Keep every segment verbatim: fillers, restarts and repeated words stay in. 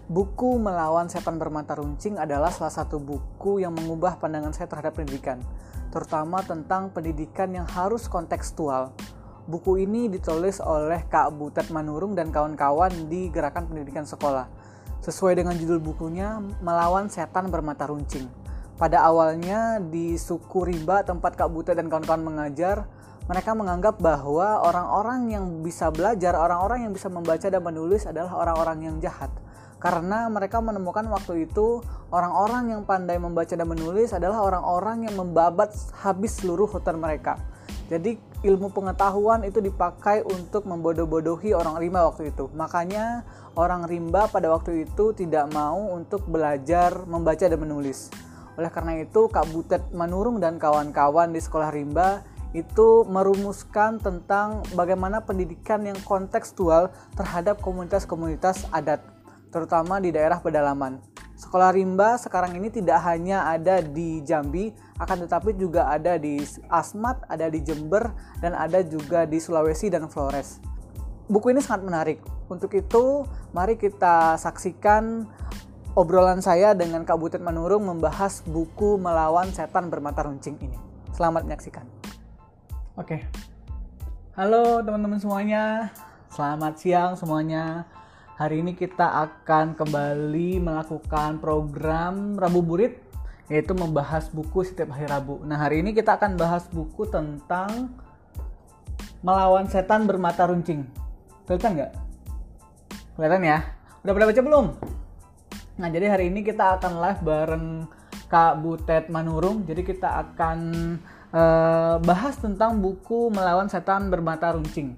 Buku Melawan Setan Bermata Runcing adalah salah satu buku yang mengubah pandangan saya terhadap pendidikan, terutama tentang pendidikan yang harus kontekstual. Buku ini ditulis oleh Kak Butet Manurung dan kawan-kawan di Gerakan Pendidikan Sekolah. Sesuai dengan judul bukunya, Melawan Setan Bermata Runcing. Pada awalnya di suku Rimba tempat Kak Butet dan kawan-kawan mengajar, mereka menganggap bahwa orang-orang yang bisa belajar, orang-orang yang bisa membaca dan menulis adalah orang-orang yang jahat. Karena mereka menemukan waktu itu orang-orang yang pandai membaca dan menulis adalah orang-orang yang membabat habis seluruh hutan mereka. Jadi ilmu pengetahuan itu dipakai untuk membodoh-bodohi orang Rimba waktu itu. Makanya orang Rimba pada waktu itu tidak mau untuk belajar membaca dan menulis. Oleh karena itu Kak Butet Manurung dan kawan-kawan di sekolah Rimba itu merumuskan tentang bagaimana pendidikan yang kontekstual terhadap komunitas-komunitas adat, terutama di daerah pedalaman. Sekolah Rimba sekarang ini tidak hanya ada di Jambi, akan tetapi juga ada di Asmat, ada di Jember, dan ada juga di Sulawesi dan Flores. Buku ini sangat menarik. Untuk itu, mari kita saksikan obrolan saya dengan Kak Butet Manurung membahas buku Melawan Setan Bermata Runcing ini. Selamat menyaksikan. Oke. Halo teman-teman semuanya. Selamat siang semuanya. Hari ini kita akan kembali melakukan program Rabu Burit, yaitu membahas buku setiap hari Rabu. Nah, hari ini kita akan bahas buku tentang Melawan Setan Bermata Runcing. Kelihatan nggak? Kelihatan ya? Udah pada baca belum? Nah, jadi hari ini kita akan live bareng Kak Butet Manurung. Jadi kita akan uh, bahas tentang buku Melawan Setan Bermata Runcing.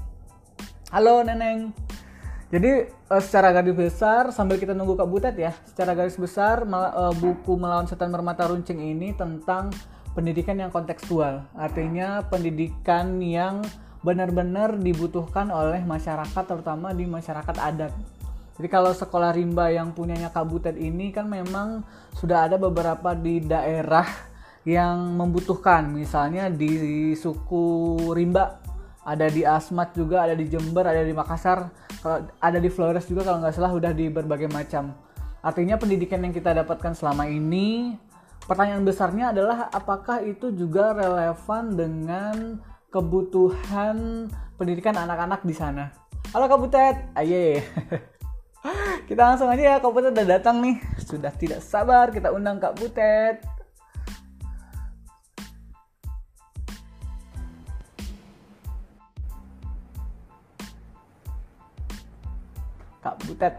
Halo Neneng. Jadi secara garis besar, sambil kita nunggu Kak Butet ya, secara garis besar buku Melawan Setan Bermata Runcing ini tentang pendidikan yang kontekstual. Artinya pendidikan yang benar-benar dibutuhkan oleh masyarakat, terutama di masyarakat adat. Jadi kalau sekolah Rimba yang punyanya Kak Butet ini kan memang sudah ada beberapa di daerah yang membutuhkan. Misalnya di suku Rimba, ada di Asmat juga, ada di Jember, ada di Makassar, ada di Flores juga kalau nggak salah, udah di berbagai macam. Artinya pendidikan yang kita dapatkan selama ini, pertanyaan besarnya adalah apakah itu juga relevan dengan kebutuhan pendidikan anak-anak di sana. Halo Kak Butet, aye. Kita langsung aja ya, Kak Butet udah datang nih. Sudah tidak sabar kita undang Kak Butet. Kak Butet.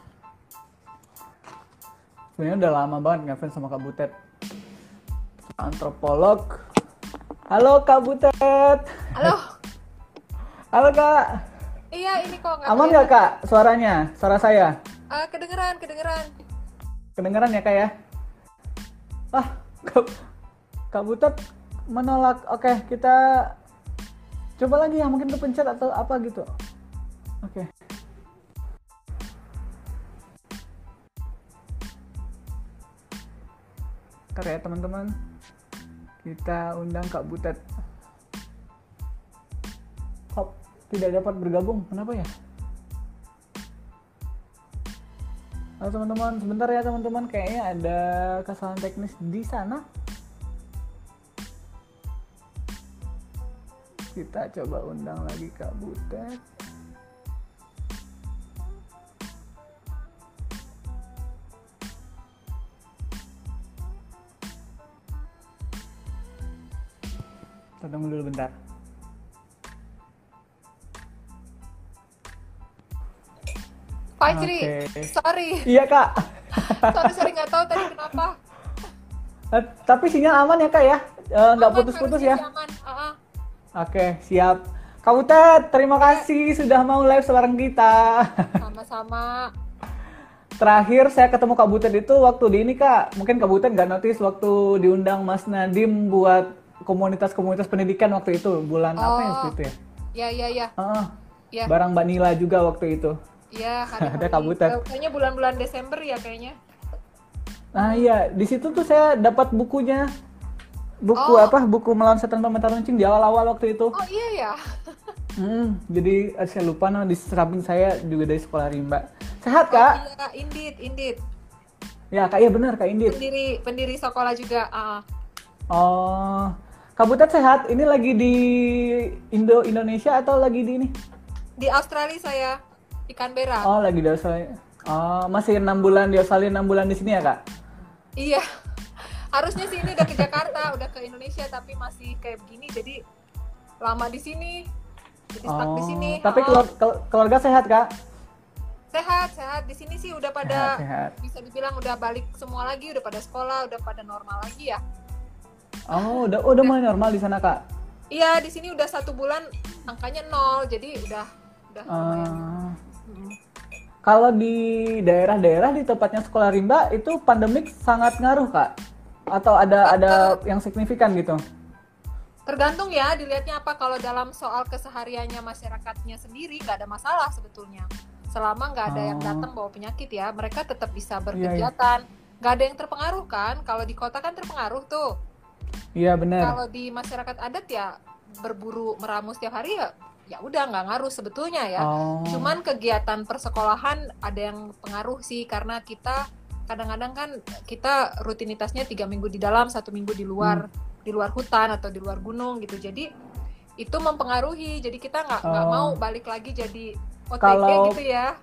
Sebenarnya udah lama banget ngefans sama Kak Butet. Antropolog. Halo Kak Butet. Halo. Halo Kak. Iya, ini kok nggak. Aman nggak Kak suaranya? Suara saya? Uh, kedengeran, kedengeran. Kedengeran ya Kak ya? Ah, Kak, Kak Butet menolak. Oke, kita coba lagi yang mungkin kepencet atau apa gitu. Oke. Ntar ya teman-teman, kita undang Kak Butet. Hop, tidak dapat bergabung, kenapa ya? Halo teman-teman, sebentar ya teman-teman, kayaknya ada kesalahan teknis di sana. Kita coba undang lagi Kak Butet. Kita tunggu dulu bentar. Fajri, okay. Sorry. Iya Kak. sorry, sorry nggak tahu tadi kenapa. Uh, tapi sinyal aman ya Kak ya? Uh, nggak putus-putus ya? Aman. Uh-uh. Oke, okay, siap. Kak Butet, terima kasih sudah mau live bareng kita. Sama-sama. Terakhir saya ketemu Kak Butet itu waktu di ini Kak. Mungkin Kak Butet nggak notice waktu diundang Mas Nadim buat komunitas-komunitas pendidikan waktu itu. Bulan oh. apa ya waktu itu ya? Iya, iya, iya. Uh, ya. Barang Mbak Nila juga waktu itu. Iya, ada Kak Butet. Kayaknya bulan-bulan Desember ya kayaknya. Nah iya, di situ tuh saya dapat bukunya. Buku oh. apa? Buku Melawan Setan Bermata Runcing di awal-awal waktu itu. Oh iya ya. Hmm, jadi saya lupa, no, di samping saya juga dari sekolah Rimba. Sehat Oh Kak? iya, Indit, Indit. Ya Kak, iya benar Kak Indit. Pendiri pendiri sekolah juga. Ah, Oh, Kak Butet sehat? Ini lagi di Indo Indonesia atau lagi di ini? di Australia saya di Canberra. Oh, lagi di Australia. Oh, masih enam bulan di Australia, enam bulan di sini ya Kak? Iya. Harusnya sih ini udah ke Jakarta, udah ke Indonesia tapi masih kayak begini jadi lama di sini. Jadi stuck di sini. Oh, tapi Ah, kelur- kel- keluarga sehat Kak? sehat, sehat. Di sini sih udah Sehat, pada sehat. bisa dibilang udah balik semua lagi, udah pada sekolah, udah pada normal lagi ya. Oh, udah udah mulai normal di sana Kak? Iya, di sini udah satu bulan angkanya nol, jadi udah udah lumayan. Eh, Mm. Kalau di daerah-daerah di tempatnya sekolah rimba itu pandemik sangat ngaruh Kak? Atau ada ada yang signifikan gitu? Tergantung ya dilihatnya apa. Kalau dalam soal kesehariannya masyarakatnya sendiri nggak ada masalah sebetulnya. Selama nggak ada yang Oh, datang bawa penyakit ya, mereka tetap bisa iya iya. berkegiatan. Nggak ada yang terpengaruh kan? Kalau di kota kan terpengaruh tuh. Iya benar. Kalau di masyarakat adat ya berburu meramu setiap hari ya, ya udah nggak ngaruh sebetulnya ya. Oh, Cuman kegiatan persekolahan ada yang pengaruh sih karena kita kadang-kadang kan kita rutinitasnya tiga minggu di dalam, satu minggu di luar, hmm. di luar hutan atau di luar gunung gitu. Jadi itu mempengaruhi. Jadi kita nggak nggak mau Oh, balik lagi jadi O T G kalau gitu ya.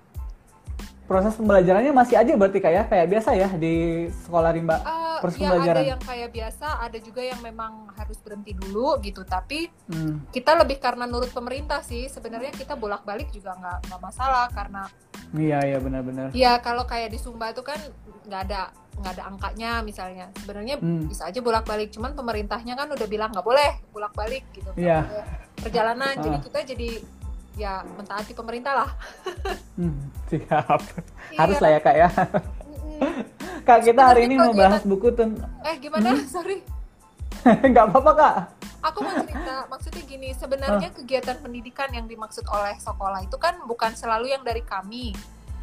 proses pembelajarannya masih aja berarti kayak kayak biasa ya di sekolah rimba Eh, proses ya ada pembelajaran. yang kayak biasa, ada juga yang memang harus berhenti dulu gitu. Tapi Hmm. kita lebih karena nurut pemerintah sih. Sebenarnya kita bolak-balik juga nggak nggak masalah karena Iya iya benar-benar. ya kalau kayak di Sumba itu kan nggak ada nggak ada angkanya misalnya. Sebenarnya Hmm. bisa aja bolak-balik. Cuman pemerintahnya kan udah bilang nggak boleh bolak-balik gitu, nggak Iya. boleh perjalanan. Jadi Ah. kita jadi ya mentaati pemerintah lah. Hmm, siap. Harus Iya. lah ya Kak ya. Mm-mm. Kak kita hari Sebenarnya ini kalau mau dia bahas buku tentang eh gimana? Sorry. nggak apa-apa Kak. Aku mau cerita, maksudnya gini, Ah, sebenarnya kegiatan pendidikan yang dimaksud oleh sekolah itu kan bukan selalu yang dari kami.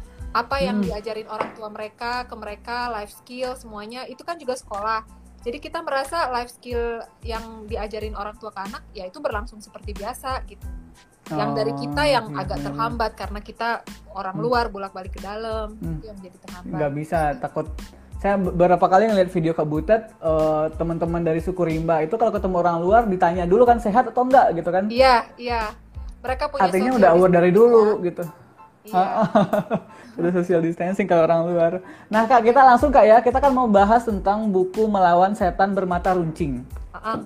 Apa yang hmm. diajarin orang tua mereka ke mereka, life skill semuanya itu kan juga sekolah. Jadi kita merasa life skill yang diajarin orang tua ke anak ya itu berlangsung seperti biasa gitu. Yang dari kita Oh yang iya agak benar-benar. terhambat karena kita orang Hmm. luar bolak-balik ke dalam, Hmm. itu yang jadi terhambat. Nggak bisa takut. Saya beberapa kali ngeliat video Kak Butet, eh, teman-teman dari suku rimba itu kalau ketemu orang luar ditanya dulu kan sehat atau enggak gitu kan? Iya, iya. Mereka punya Artinya social udah aware dari distancing ya. dulu gitu. Iya. Udah social distancing kalau orang luar. Nah Kak, kita langsung Kak ya, kita kan mau bahas tentang buku Melawan Setan Bermata Runcing. Uh-uh.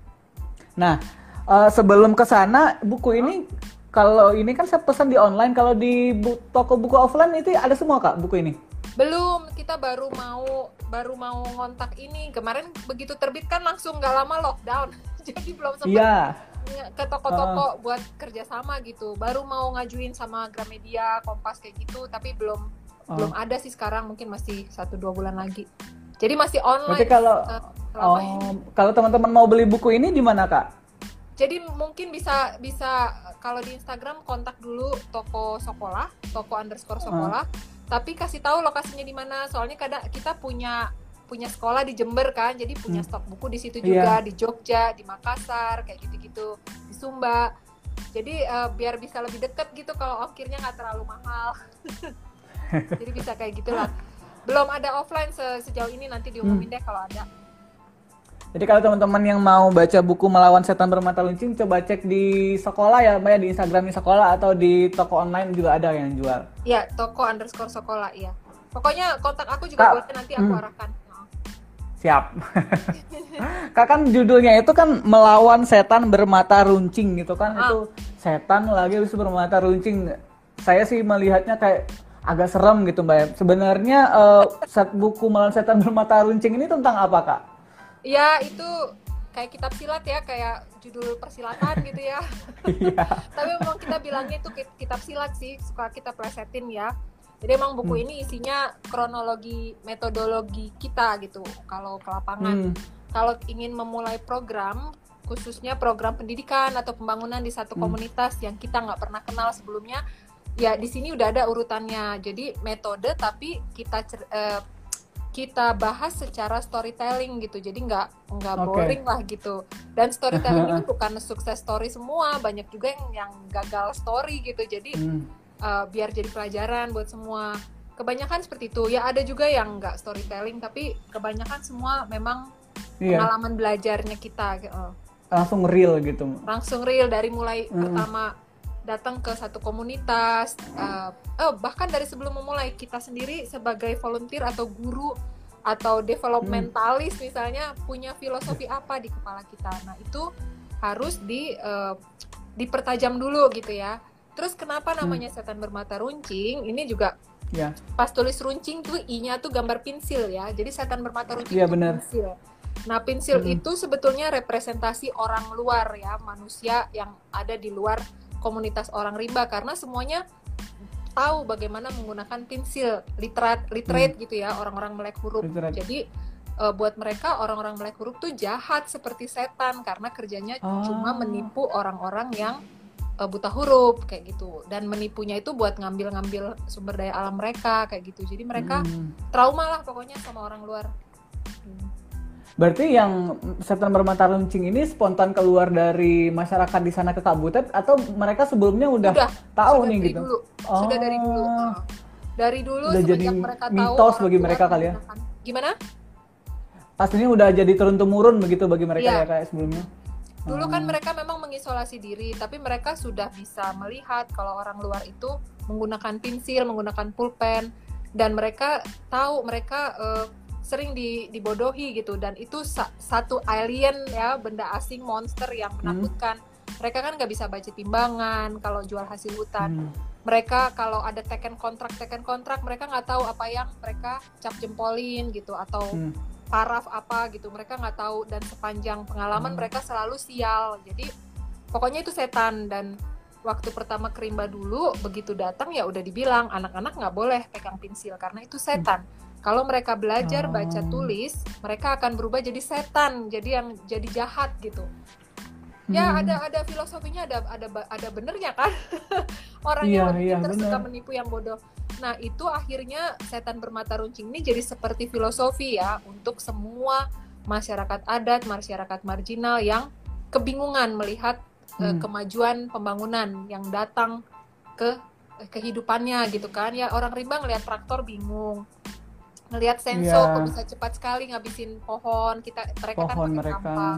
Nah, eh, sebelum ke sana, buku ini kalau ini kan saya pesan di online, kalau di bu- toko buku offline itu ada semua Kak buku ini. Belum, kita baru mau baru mau ngontak ini. Kemarin begitu terbit kan langsung nggak lama lockdown. Jadi belum sempat Iya. ke toko-toko buat kerjasama gitu. Baru mau ngajuin sama Gramedia, Kompas kayak gitu, tapi belum Oh. belum ada sih sekarang. Mungkin masih satu dua bulan lagi. Jadi masih Berarti online kalau eh, selama ini. oh, kalau teman-teman mau beli buku ini di mana Kak? Jadi mungkin bisa bisa kalau di Instagram kontak dulu toko sekolah, toko underscore sekolah. Tapi kasih tahu lokasinya di mana. Soalnya kadang kita punya punya sekolah di Jember kan, jadi punya Hmm. stok buku di situ Iya. juga, di Jogja, di Makassar, kayak gitu-gitu, di Sumba. Jadi eh, biar bisa lebih deket gitu kalau ongkirnya nggak terlalu mahal. Jadi bisa kayak gitulah. Belum ada offline se- sejauh ini, nanti diumumin deh kalau ada. Jadi kalau teman-teman yang mau baca buku Melawan Setan Bermata Runcing, coba cek di sekolah ya, Mbak ya, di Instagramnya sekolah atau di toko online juga ada yang jual. Iya, toko underscore sekolah, iya. Pokoknya kontak aku juga Kak, boleh, nanti aku hmm. arahkan. Nah. Siap. Kak kan judulnya itu kan Melawan Setan Bermata Runcing gitu kan, Ah. itu setan lagi terus bermata runcing. Saya sih melihatnya kayak agak serem gitu Mbak ya. Sebenarnya eh, set buku Melawan Setan Bermata Runcing ini tentang apa Kak? Ya, itu kayak kitab silat ya, kayak judul persilatan gitu ya. Iya. Tapi memang kita bilangnya itu kit- kitab silat sih, suka kita plesetin ya. Jadi emang buku Hmm. ini isinya kronologi, metodologi kita gitu. Kalau ke lapangan, Hmm. kalau ingin memulai program, khususnya program pendidikan atau pembangunan di satu Hmm. komunitas yang kita nggak pernah kenal sebelumnya, ya di sini udah ada urutannya. Jadi metode tapi kita cer- eh, kita bahas secara storytelling gitu, jadi nggak nggak Oke. boring lah gitu. Dan storytelling ini bukan sukses story semua, banyak juga yang yang gagal story gitu. Jadi Hmm. uh, biar jadi pelajaran buat semua. Kebanyakan seperti itu. Ya ada juga yang nggak storytelling, tapi kebanyakan semua memang iya. pengalaman belajarnya kita. Uh. Langsung real gitu. Langsung real dari mulai hmm. pertama datang ke satu komunitas, uh, oh, bahkan dari sebelum memulai kita sendiri sebagai volunteer atau guru atau developmentalis hmm. misalnya punya filosofi apa di kepala kita. Nah itu harus di uh, dipertajam dulu gitu ya. Terus kenapa namanya hmm. setan bermata runcing? Ini juga ya. Pas tulis runcing tuh i-nya tuh gambar pensil ya. Jadi setan bermata runcing ya, itu bener. pensil. Nah pensil hmm. itu sebetulnya representasi orang luar ya, manusia yang ada di luar komunitas orang rimba, karena semuanya tahu bagaimana menggunakan pensil, literat, literate hmm. gitu ya, orang-orang melek huruf. Literate. Jadi uh, buat mereka orang-orang melek huruf tuh jahat seperti setan karena kerjanya oh. cuma menipu orang-orang yang uh, buta huruf kayak gitu, dan menipunya itu buat ngambil-ngambil sumber daya alam mereka kayak gitu. Jadi mereka hmm. trauma lah pokoknya sama orang luar. Hmm. Berarti yang setan bermata runcing ini spontan keluar dari masyarakat di sana ke Kabutet, atau mereka sebelumnya udah, udah tahu sudah nih dari gitu? Dulu. Oh. Sudah dari dulu. Uh, dari dulu udah jadi mereka mitos tahu bagi mereka kali ya. Gimana? Pastinya udah jadi turun-temurun begitu bagi mereka ya, ya kayak sebelumnya. Dulu kan mereka memang mengisolasi diri, tapi mereka sudah bisa melihat kalau orang luar itu menggunakan pensil, menggunakan pulpen, dan mereka tahu mereka uh, sering di, dibodohi gitu, dan itu sa- satu alien ya, benda asing, monster yang menakutkan. Hmm. Mereka kan nggak bisa baca timbangan kalau jual hasil hutan. Hmm. Mereka kalau ada teken kontrak teken kontrak mereka nggak tahu apa yang mereka cap jempolin gitu, atau hmm. paraf apa gitu, mereka nggak tahu, dan sepanjang pengalaman hmm. mereka selalu sial. Jadi pokoknya itu setan. Dan waktu pertama ke rimba dulu begitu datang ya udah dibilang anak-anak nggak boleh pegang pensil karena itu setan. Hmm. Kalau mereka belajar oh. baca tulis, mereka akan berubah jadi setan, jadi yang jadi jahat gitu. Hmm. Ya ada ada filosofinya, ada ada ada benernya kan. Orang iya, yang iya, pintar suka menipu yang bodoh. Nah itu akhirnya setan bermata runcing ini jadi seperti filosofi ya untuk semua masyarakat adat, masyarakat marginal yang kebingungan melihat hmm. uh, kemajuan pembangunan yang datang ke uh, kehidupannya gitu kan. Ya orang rimba ngelihat traktor bingung. Ngelihat senso yeah. kok bisa cepat sekali ngabisin pohon, kita mereka pohon kan pakai sampah.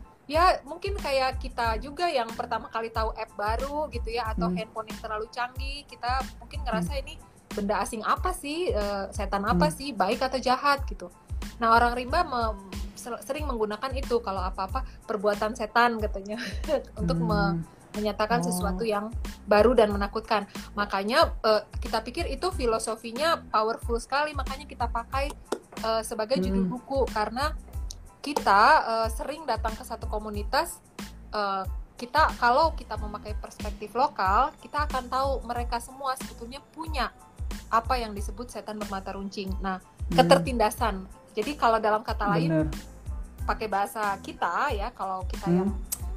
Ya mungkin kayak kita juga yang pertama kali tahu app baru gitu ya, atau hmm. handphone yang terlalu canggih, kita mungkin ngerasa hmm. ini benda asing apa sih, uh, setan apa hmm. sih, baik atau jahat gitu. Nah orang rimba me- sering menggunakan itu kalau apa-apa perbuatan setan katanya untuk hmm. me- menyatakan oh. sesuatu yang baru dan menakutkan. Makanya uh, kita pikir itu filosofinya powerful sekali, makanya kita pakai uh, sebagai judul hmm. buku, karena kita uh, sering datang ke satu komunitas, uh, kita kalau kita memakai perspektif lokal, kita akan tahu mereka semua sebetulnya punya apa yang disebut setan bermata runcing. Nah, hmm. ketertindasan. Jadi kalau dalam kata lain, Bener. pakai bahasa kita ya, kalau kita hmm. yang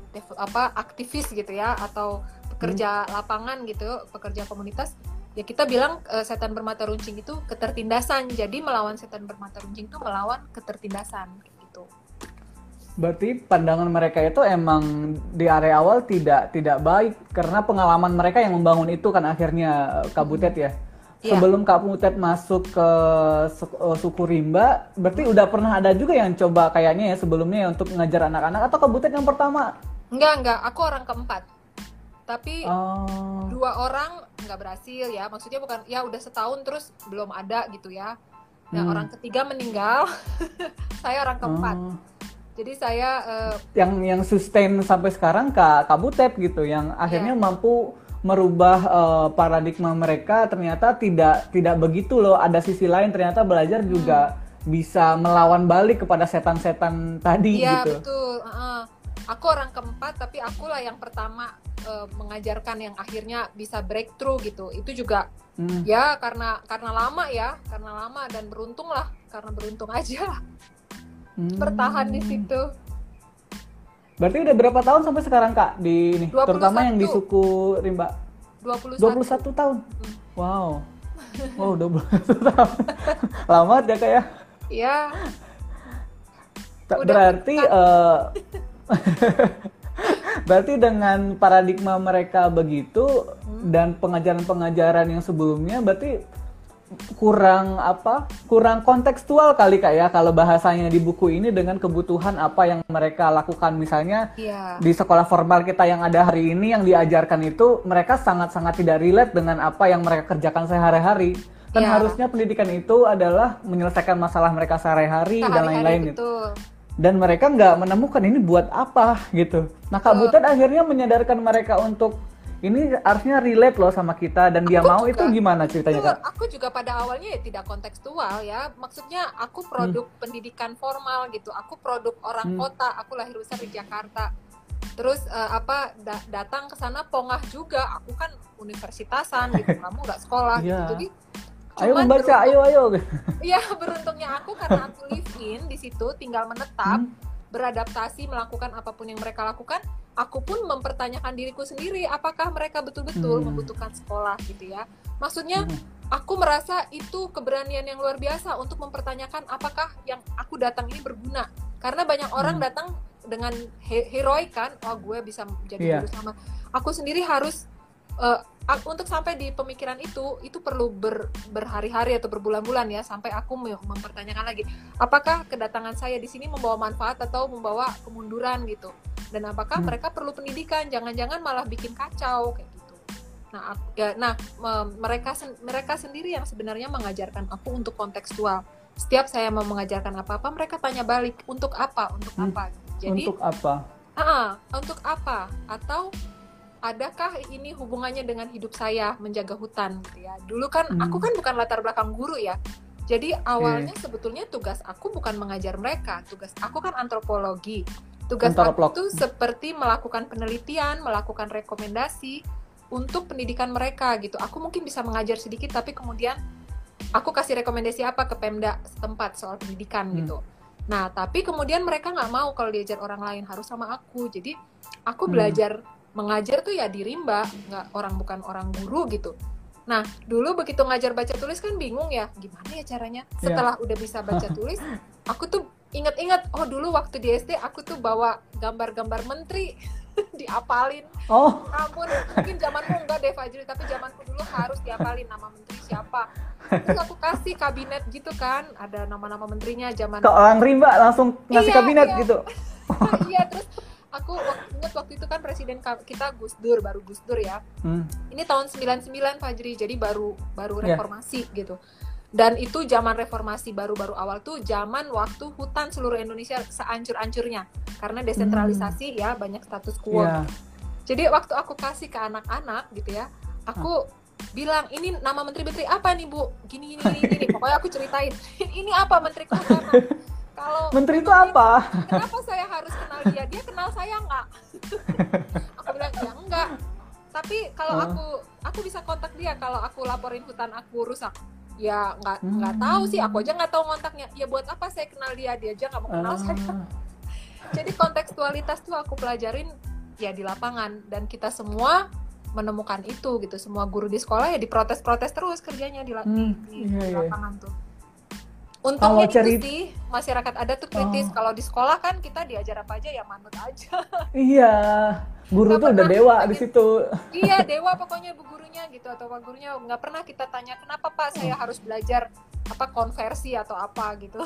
apa aktivis gitu ya, atau pekerja hmm. lapangan gitu, pekerja komunitas, ya kita bilang uh, setan bermata runcing itu ketertindasan. Jadi melawan setan bermata runcing itu melawan ketertindasan gitu. Berarti pandangan mereka itu emang di area awal tidak tidak baik karena pengalaman mereka yang membangun itu kan akhirnya Kabutet ya. Yeah. Sebelum Kabutet masuk ke suku rimba, berarti udah pernah ada juga yang coba kayaknya ya sebelumnya ya, untuk ngajar anak-anak, atau Kabutet yang pertama? Enggak, enggak. Aku orang keempat. Tapi oh. dua orang nggak berhasil ya. Maksudnya bukan, ya udah setahun terus belum ada gitu ya. Nah hmm. orang ketiga meninggal. Saya orang keempat. Oh. Jadi saya... Uh, yang yang sustain sampai sekarang Kak Kabutet gitu. Yang akhirnya yeah. mampu merubah uh, paradigma mereka. Ternyata tidak tidak begitu loh. Ada sisi lain, ternyata belajar hmm. juga bisa melawan balik kepada setan-setan tadi yeah, gitu. Iya betul. Uh-uh. Aku orang keempat, tapi akulah yang pertama uh, mengajarkan yang akhirnya bisa breakthrough gitu. Itu juga hmm. ya karena karena lama ya, karena lama dan beruntung lah, karena beruntung aja hmm. bertahan di situ. Berarti udah berapa tahun sampai sekarang Kak di ini, dua puluh satu. Terutama yang di suku rimba? dua puluh satu. dua puluh satu tahun. Hmm. Wow. Wow, dua puluh satu tahun. Lama ya Kak ya? Iya. Berarti uh, berarti dengan paradigma mereka begitu, hmm. dan pengajaran-pengajaran yang sebelumnya berarti kurang apa kurang kontekstual kali Kak ya kalau bahasanya di buku ini dengan kebutuhan apa yang mereka lakukan. Misalnya Iya. di sekolah formal kita yang ada hari ini yang diajarkan itu mereka sangat-sangat tidak relate dengan apa yang mereka kerjakan sehari-hari. Kan Iya. harusnya pendidikan itu adalah menyelesaikan masalah mereka sehari-hari dan Sehari-hari, lain-lain gitu. betul. Dan mereka nggak menemukan ini buat apa gitu. Nah Kak Betul. Butet akhirnya menyadarkan mereka untuk ini harusnya relate loh sama kita dan dia Aku mau juga. itu gimana ceritanya Betul, Kak? aku juga pada awalnya ya tidak kontekstual ya. Maksudnya aku produk pendidikan formal gitu. Aku produk orang Hmm. kota. Aku lahir besar di Jakarta. Terus eh, apa da- datang ke sana pongah juga. Aku kan universitasan gitu. Kamu nggak sekolah gitu. Iya. Jadi Ayo cuman membaca, beruntung- ayo ayo. Iya, beruntungnya aku karena aku live in di situ, tinggal menetap, Hmm. beradaptasi, melakukan apapun yang mereka lakukan. Aku pun mempertanyakan diriku sendiri, apakah mereka betul-betul Hmm. membutuhkan sekolah gitu ya. Maksudnya Hmm. aku merasa itu keberanian yang luar biasa untuk mempertanyakan apakah yang aku datang ini berguna. Karena banyak orang Hmm. datang dengan he- heroik kan, oh gue bisa jadi Iya. guru sama. Aku sendiri harus eh, ak- untuk sampai di pemikiran itu, itu perlu ber- berhari-hari atau berbulan-bulan ya, sampai aku mem- mempertanyakan lagi, apakah kedatangan saya di sini membawa manfaat atau membawa kemunduran gitu. Dan apakah Hmm. mereka perlu pendidikan, jangan-jangan malah bikin kacau kayak gitu. Nah, aku- ya, nah me- mereka sen- mereka sendiri yang sebenarnya mengajarkan aku untuk kontekstual. Setiap saya mau mengajarkan apa-apa, mereka tanya balik, untuk apa, untuk Hmm. apa. Jadi, Untuk apa? ah, untuk apa? Atau adakah ini hubungannya dengan hidup saya menjaga hutan gitu ya. Dulu kan Hmm. aku kan bukan latar belakang guru ya. Jadi awalnya sebetulnya tugas aku bukan mengajar mereka. Tugas aku kan antropologi. Tugas Antropolog. aku tuh seperti melakukan penelitian, melakukan rekomendasi untuk pendidikan mereka gitu. Aku mungkin bisa mengajar sedikit tapi kemudian aku kasih rekomendasi apa ke Pemda setempat soal pendidikan Hmm. gitu. Nah, tapi kemudian mereka nggak mau kalau diajar orang lain, harus sama aku. Jadi aku Hmm. belajar mengajar tuh ya di rimba, nggak orang bukan orang guru gitu. Nah, dulu begitu ngajar baca tulis kan bingung ya, gimana ya caranya? Setelah udah bisa baca tulis, aku tuh inget-inget, oh dulu waktu di S D aku tuh bawa gambar-gambar menteri diapalin. Oh, Ampun, mungkin zamanmu enggak deh Fajri, tapi zamanku dulu harus diapalin nama menteri siapa. Terus aku kasih kabinet gitu kan, ada nama-nama menterinya zaman. ke orang rimba langsung ngasih Iya, kabinet iya. gitu. Iya, terus aku waktu, ingat waktu itu kan presiden ka- kita Gus Dur, baru Gus Dur ya. Hmm. Ini tahun sembilan puluh sembilan Fajri, jadi baru baru Iya. reformasi gitu. Dan itu zaman reformasi baru-baru awal tuh zaman waktu hutan seluruh Indonesia seancur-ancurnya. Karena desentralisasi ya, banyak status quo. Iya. Jadi waktu aku kasih ke anak-anak gitu ya, aku bilang, ini nama menteri-menteri apa nih Bu? Gini, gini, gini, gini. Pokoknya aku ceritain, ini apa menteri kehutanan? Kalau Menteri itu apa? kenapa saya harus kenal dia? Dia kenal saya nggak? Aku bilang, ya enggak. Tapi kalau Oh. aku, aku bisa kontak dia kalau aku laporin hutan aku rusak. Ya nggak Hmm. nggak tahu sih, aku aja nggak tahu kontaknya. Ya buat apa saya kenal dia? Dia aja nggak mau kenal Ah. saya. Jadi kontekstualitas tuh aku pelajarin ya di lapangan, dan kita semua menemukan itu gitu. Semua guru di sekolah ya diprotes-protes terus kerjanya di, la- Hmm, di, iya, di iya. lapangan tuh. Untungnya Kalau ceri- itu sih masyarakat ada tuh kritis. Oh. Kalau di sekolah kan kita diajar apa aja ya manut aja. Iya, guru Nggak tuh udah pernah dewa kita di gitu. situ. Iya, dewa pokoknya bu gurunya gitu, atau pak gurunya. Nggak pernah kita tanya kenapa Pak saya harus belajar apa konversi atau apa gitu.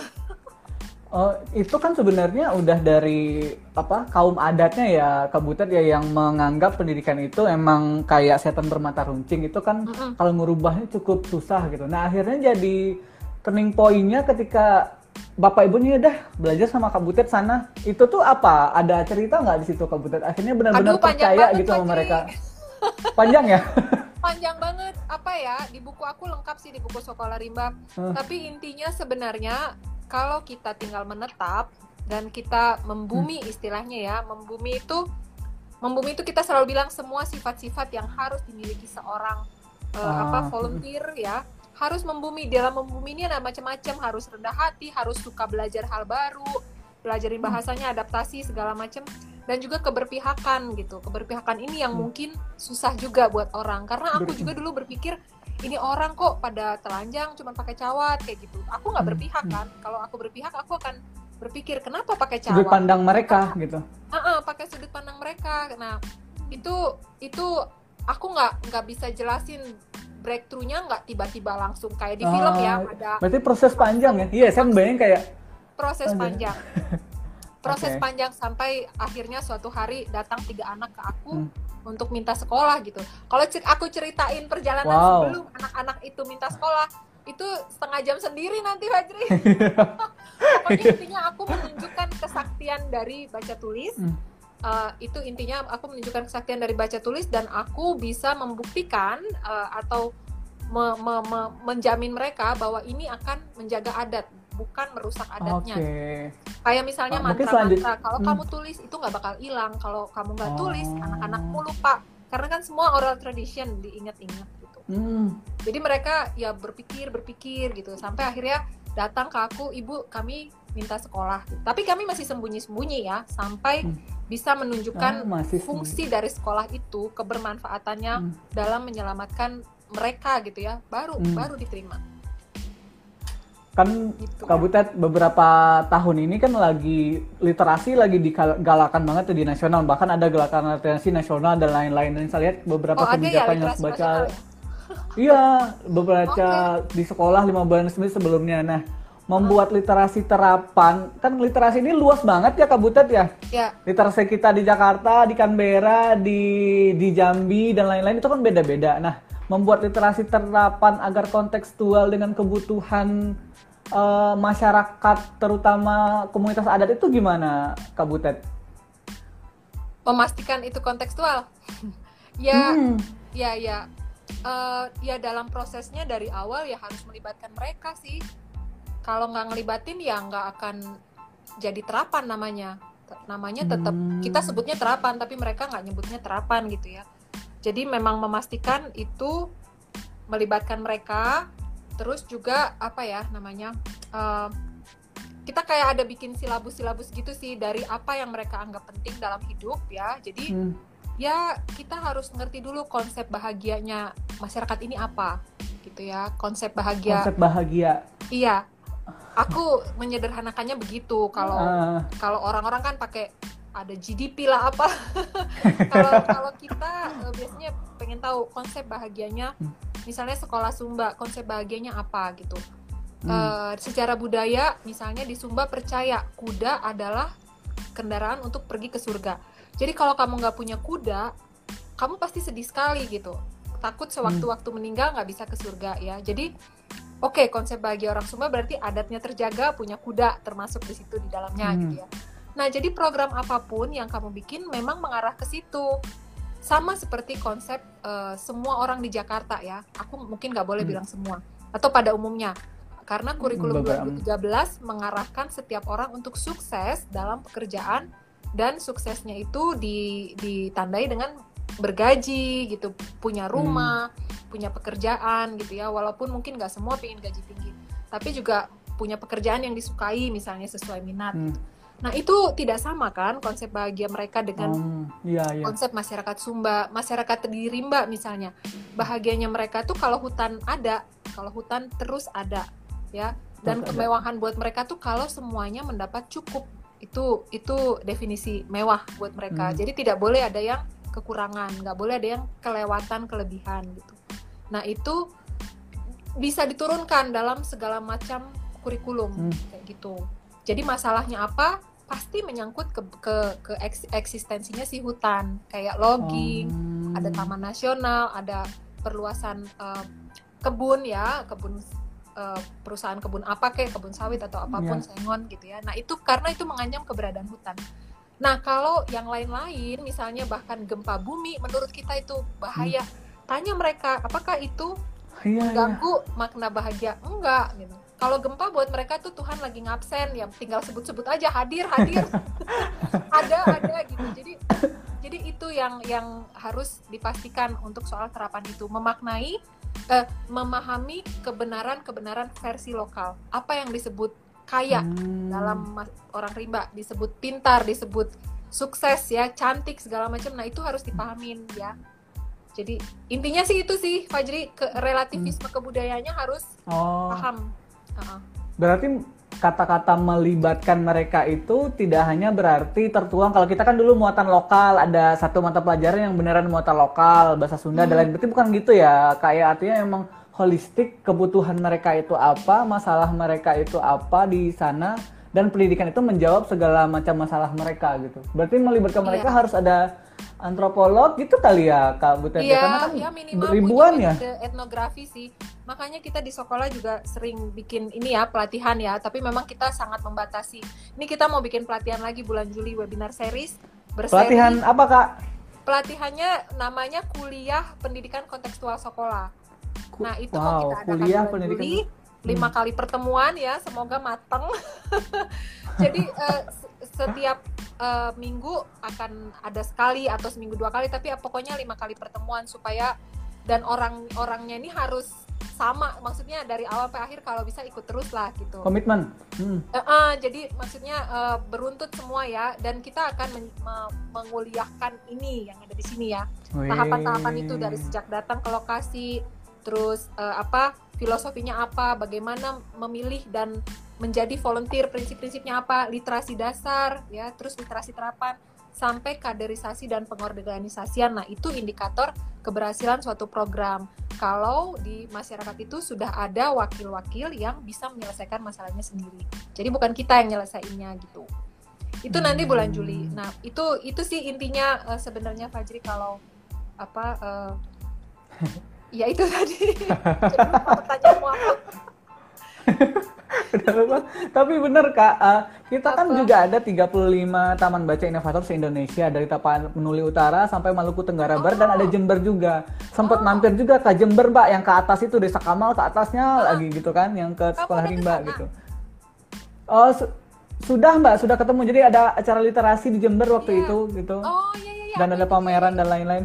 Oh, itu kan sebenarnya udah dari apa kaum adatnya ya Kak Butet ya yang menganggap pendidikan itu emang kayak setan bermata runcing itu kan Mm-mm. kalau merubahnya cukup susah gitu. Nah akhirnya jadi turning point-nya ketika Bapak Ibunya udah belajar sama Kak Butet sana. Itu tuh apa? Ada cerita nggak di situ Kak Butet? Akhirnya benar-benar Aduh, panjang percaya banget, gitu sama Fajri. mereka. Panjang ya? Panjang banget apa ya, di buku aku lengkap sih, di buku Sekolah Rimba. Hmm. Tapi intinya sebenarnya kalau kita tinggal menetap dan kita membumi, istilahnya ya, membumi itu membumi itu kita selalu bilang semua sifat-sifat yang harus dimiliki seorang eh, Ah. apa volunteer ya, harus membumi. Dalam membumi ini ada macam-macam, harus rendah hati, harus suka belajar hal baru, pelajarin bahasanya, adaptasi segala macam, dan juga keberpihakan gitu. Keberpihakan ini yang Hmm. mungkin susah juga buat orang, karena aku Ber- juga dulu berpikir ini orang kok pada telanjang cuma pakai cawat kayak gitu. Aku nggak Hmm. berpihak kan. Kalau aku berpihak aku akan berpikir kenapa pakai Sudut cawat. pandang mereka gitu. Ah, ah, pakai sudut pandang mereka. Nah, itu itu aku nggak nggak bisa jelasin breakthrough-nya, nggak tiba-tiba langsung kayak di film ya, ada berarti proses panjang ya? Iya, saya bayangin kayak proses panjang. Proses Oke. panjang sampai akhirnya suatu hari datang tiga anak ke aku Hmm. untuk minta sekolah gitu. Kalau cer- aku ceritain perjalanan Wow. sebelum anak-anak itu minta sekolah, itu setengah jam sendiri nanti, Fajri. Pokoknya intinya aku menunjukkan kesaktian dari baca tulis. Hmm. Uh, itu intinya aku menunjukkan kesaktian dari baca tulis, dan aku bisa membuktikan uh, atau me- me- me- menjamin mereka bahwa ini akan menjaga adat, bukan merusak adatnya. Oke. Kayak misalnya Ah, mungkin mantra-mantra, selanjut- kalau hmm. kamu tulis itu nggak bakal hilang. Kalau kamu nggak tulis, Oh. anak-anakmu lupa. Karena kan semua oral tradition diingat-ingat gitu. Hmm. Jadi mereka ya berpikir berpikir gitu sampai akhirnya datang ke aku, ibu kami minta sekolah. Gitu. Tapi kami masih sembunyi-sembunyi ya sampai Hmm. bisa menunjukkan Ah, masih fungsi dari sekolah itu, kebermanfaatannya Hmm. dalam menyelamatkan mereka gitu ya. Baru Hmm. baru diterima. Kan Gitu. Kak Butet beberapa tahun ini kan lagi literasi lagi digalakan banget tuh di nasional, bahkan ada gerakan literasi nasional dan lain-lain. Dan saya lihat beberapa Oh, ada ya kebijakan yang literasi baca, nasional ya? iya, beberapa di sekolah lima bulan sebelumnya. Nah, membuat literasi terapan, kan literasi ini luas banget ya Kak Butet ya. Ya, Literasi kita di Jakarta, di Canberra, di di Jambi dan lain-lain itu kan beda-beda. Nah, membuat literasi terapan agar kontekstual dengan kebutuhan eh, masyarakat, terutama komunitas adat itu gimana, Kak Butet? memastikan itu kontekstual. ya, Hmm. ya, ya. Eh, ya dalam prosesnya dari awal ya harus melibatkan mereka sih. Kalau nggak ngelibatin ya nggak akan jadi terapan namanya. Namanya tetap Hmm. kita sebutnya terapan, tapi mereka nggak nyebutnya terapan gitu ya. Jadi memang memastikan itu melibatkan mereka. Terus juga apa ya namanya? eh, kita kayak ada bikin silabus-silabus gitu sih dari apa yang mereka anggap penting dalam hidup ya. Jadi Hmm. ya kita harus ngerti dulu konsep bahagianya masyarakat ini apa gitu ya, konsep bahagia. Konsep bahagia. Iya, aku menyederhanakannya begitu. Kalau Ah. kalau orang-orang kan pakai ada G D P lah apa. Kalau kalau kita eh, biasanya pengen tahu konsep bahagianya, misalnya sekolah Sumba, konsep bahagianya apa gitu. Hmm. Eh, secara budaya misalnya di Sumba percaya kuda adalah kendaraan untuk pergi ke surga. Jadi kalau kamu nggak punya kuda, kamu pasti sedih sekali gitu. Takut sewaktu-waktu meninggal nggak bisa ke surga ya. Jadi oke, okay, konsep bahagia orang Sumba berarti adatnya terjaga, punya kuda termasuk di situ di dalamnya Hmm. gitu ya. Nah jadi program apapun yang kamu bikin memang mengarah ke situ. Sama seperti konsep uh, semua orang di Jakarta ya. Aku mungkin nggak boleh Hmm. bilang semua atau pada umumnya. Karena kurikulum dua Beberapa. ribu tiga belas mengarahkan setiap orang untuk sukses dalam pekerjaan, dan suksesnya itu di, ditandai dengan bergaji gitu, punya rumah, hmm. punya pekerjaan gitu ya, walaupun mungkin nggak semua pengen gaji tinggi, tapi juga punya pekerjaan yang disukai misalnya sesuai minat. Hmm. Nah itu tidak sama kan konsep bahagia mereka dengan um, iya, iya. konsep masyarakat Sumba, masyarakat di Rimba misalnya. Bahagianya mereka tuh kalau hutan ada, kalau hutan terus ada ya, dan terus kemewahan ada. Buat mereka tuh kalau semuanya mendapat cukup. Itu itu definisi mewah buat mereka. Hmm. Jadi tidak boleh ada yang kekurangan, nggak boleh ada yang kelewatan, kelebihan gitu. Nah itu bisa diturunkan dalam segala macam kurikulum hmm. kayak gitu. Jadi masalahnya apa? Pasti menyangkut ke ke, ke eksistensinya si hutan, kayak logging, hmm. ada taman nasional, ada perluasan uh, kebun ya, kebun uh, perusahaan kebun apa kayak kebun sawit atau apapun, yeah. sengon gitu ya. Nah itu karena itu mengancam keberadaan hutan. Nah kalau yang lain-lain, misalnya bahkan gempa bumi, menurut kita itu bahaya. Hmm. Tanya mereka, apakah itu yeah, mengganggu yeah. makna bahagia? Enggak gitu. Kalau gempa buat mereka tuh Tuhan lagi ngabsen, ya tinggal sebut-sebut aja hadir hadir, ada ada gitu. Jadi jadi itu yang yang harus dipastikan untuk soal terapan itu, memaknai, eh, memahami kebenaran-kebenaran versi lokal. Apa yang disebut kaya hmm. dalam orang rimba, disebut pintar, disebut sukses ya, cantik segala macam. Nah itu harus dipahamin ya. Jadi intinya sih itu sih Fajri, ke relativisme hmm. kebudayaannya harus oh. paham. Uh-huh. Berarti kata-kata melibatkan mereka itu tidak hanya berarti tertuang. Kalau kita kan dulu muatan lokal, ada satu mata pelajaran yang beneran muatan lokal, bahasa Sunda dan lain, berarti bukan gitu ya. Kayak artinya emang holistik, kebutuhan mereka itu apa, masalah mereka itu apa di sana, dan pendidikan itu menjawab segala macam masalah mereka gitu. Berarti melibatkan mereka Iya. harus ada antropolog gitu kali ya Kak Bu Tete, Iya, karena kan ya minimal ribuan punya ya. metode etnografi sih. Makanya kita di sekolah juga sering bikin ini ya, pelatihan ya, tapi memang kita sangat membatasi. Ini kita mau bikin pelatihan lagi bulan Juli, webinar series berseri. Pelatihan apa Kak? Pelatihannya namanya Kuliah Pendidikan Kontekstual Sekolah. Ku- Nah, itu wow, mau kita adakan kuliah bulan pendidikan. Juli, lima Hmm. kali pertemuan ya, semoga mateng. Jadi eh, se- setiap eh, minggu akan ada sekali atau seminggu dua kali, tapi ya pokoknya lima kali pertemuan supaya dan orang-orangnya ini harus sama, maksudnya dari awal sampai akhir kalau bisa ikut terus lah gitu. Komitmen. Hmm. Eh, eh, jadi maksudnya eh, beruntut semua ya, dan kita akan men- me- menguliahkan ini yang ada di sini ya. Tahapan-tahapan itu dari sejak datang ke lokasi, terus eh, apa filosofinya apa, bagaimana memilih dan menjadi volunteer, prinsip-prinsipnya apa, literasi dasar ya, terus literasi terapan sampai kaderisasi dan pengorganisasian. Nah, itu indikator keberhasilan suatu program. Kalau di masyarakat itu sudah ada wakil-wakil yang bisa menyelesaikan masalahnya sendiri. Jadi bukan kita yang nyelesainnya gitu. Itu nanti bulan Juli. Nah, itu itu sih intinya uh, sebenarnya Fajri kalau apa uh, ya itu tadi. Jadi lupa pertanyaanmu apa? Udah lupa. Tapi bener Kak, uh, kita kan Apa? juga ada tiga puluh lima taman baca inovator se-Indonesia, dari Tapanuli Utara sampai Maluku Tenggara Barat, dan ada Jember juga. Sempat Oh. mampir juga ke Jember Mbak, yang ke atas itu Desa Kamal, ke atasnya Ah. lagi gitu kan, yang ke Kamu Sekolah udah ke Rimba sana? gitu. Oh, su- sudah Mbak, sudah ketemu. Jadi ada acara literasi di Jember waktu Iya. itu gitu. Oh iya iya iya. Dan ada pameran dan lain-lain.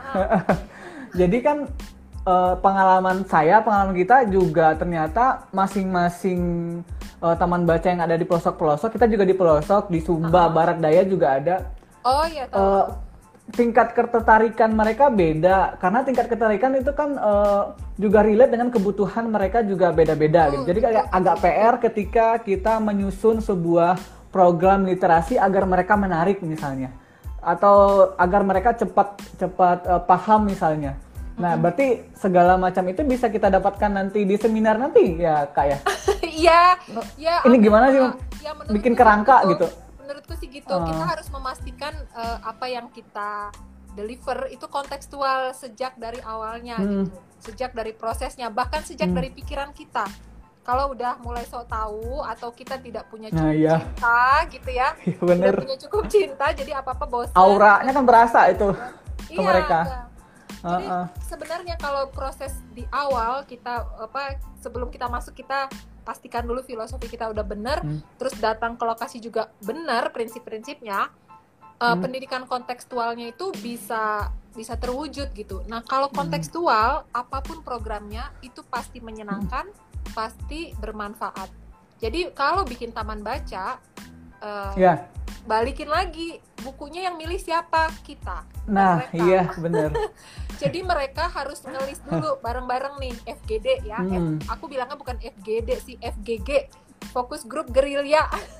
Jadi kan eh, pengalaman saya, pengalaman kita juga ternyata masing-masing eh, taman baca yang ada di pelosok-pelosok, kita juga di pelosok, di Sumba, Barat Daya juga ada. Oh iya tahu. Eh, tingkat ketertarikan mereka beda, karena tingkat ketertarikan itu kan eh, juga relate dengan kebutuhan mereka juga beda-beda gitu. Jadi kayak agak P R ketika kita menyusun sebuah program literasi agar mereka menarik misalnya, atau agar mereka cepat cepat eh, paham misalnya. Nah, berarti segala macam itu bisa kita dapatkan nanti di seminar nanti ya Kak ya. Iya, ya. Ini gimana sih, ya, menurutku bikin sih kerangka gitu? Menurutku sih gitu. Uh. Kita harus memastikan uh, apa yang kita deliver itu kontekstual sejak dari awalnya Hmm. gitu. Sejak dari prosesnya, bahkan sejak Hmm. dari pikiran kita. Kalau udah mulai sok tahu atau kita tidak punya Nah, cukup iya. cinta gitu ya. Iya, bener. Tidak punya cukup cinta, jadi apa-apa bosan. Auranya kan berasa itu ke Iya, mereka. iya. Jadi Uh-uh. sebenarnya kalau proses di awal kita apa sebelum kita masuk kita pastikan dulu filosofi kita udah benar, Hmm. terus datang ke lokasi juga benar prinsip-prinsipnya, uh, Hmm. pendidikan kontekstualnya itu bisa bisa terwujud gitu. Nah kalau Hmm. kontekstual apapun programnya itu pasti menyenangkan, pasti bermanfaat. Jadi kalau bikin taman baca, uh, Ya. balikin lagi bukunya yang milih siapa, kita. Nah, mereka. iya bener. Jadi mereka harus ngelis dulu bareng-bareng nih F G D ya. Hmm. F, aku bilangnya bukan F G D sih, F G G. Fokus grup gerilya.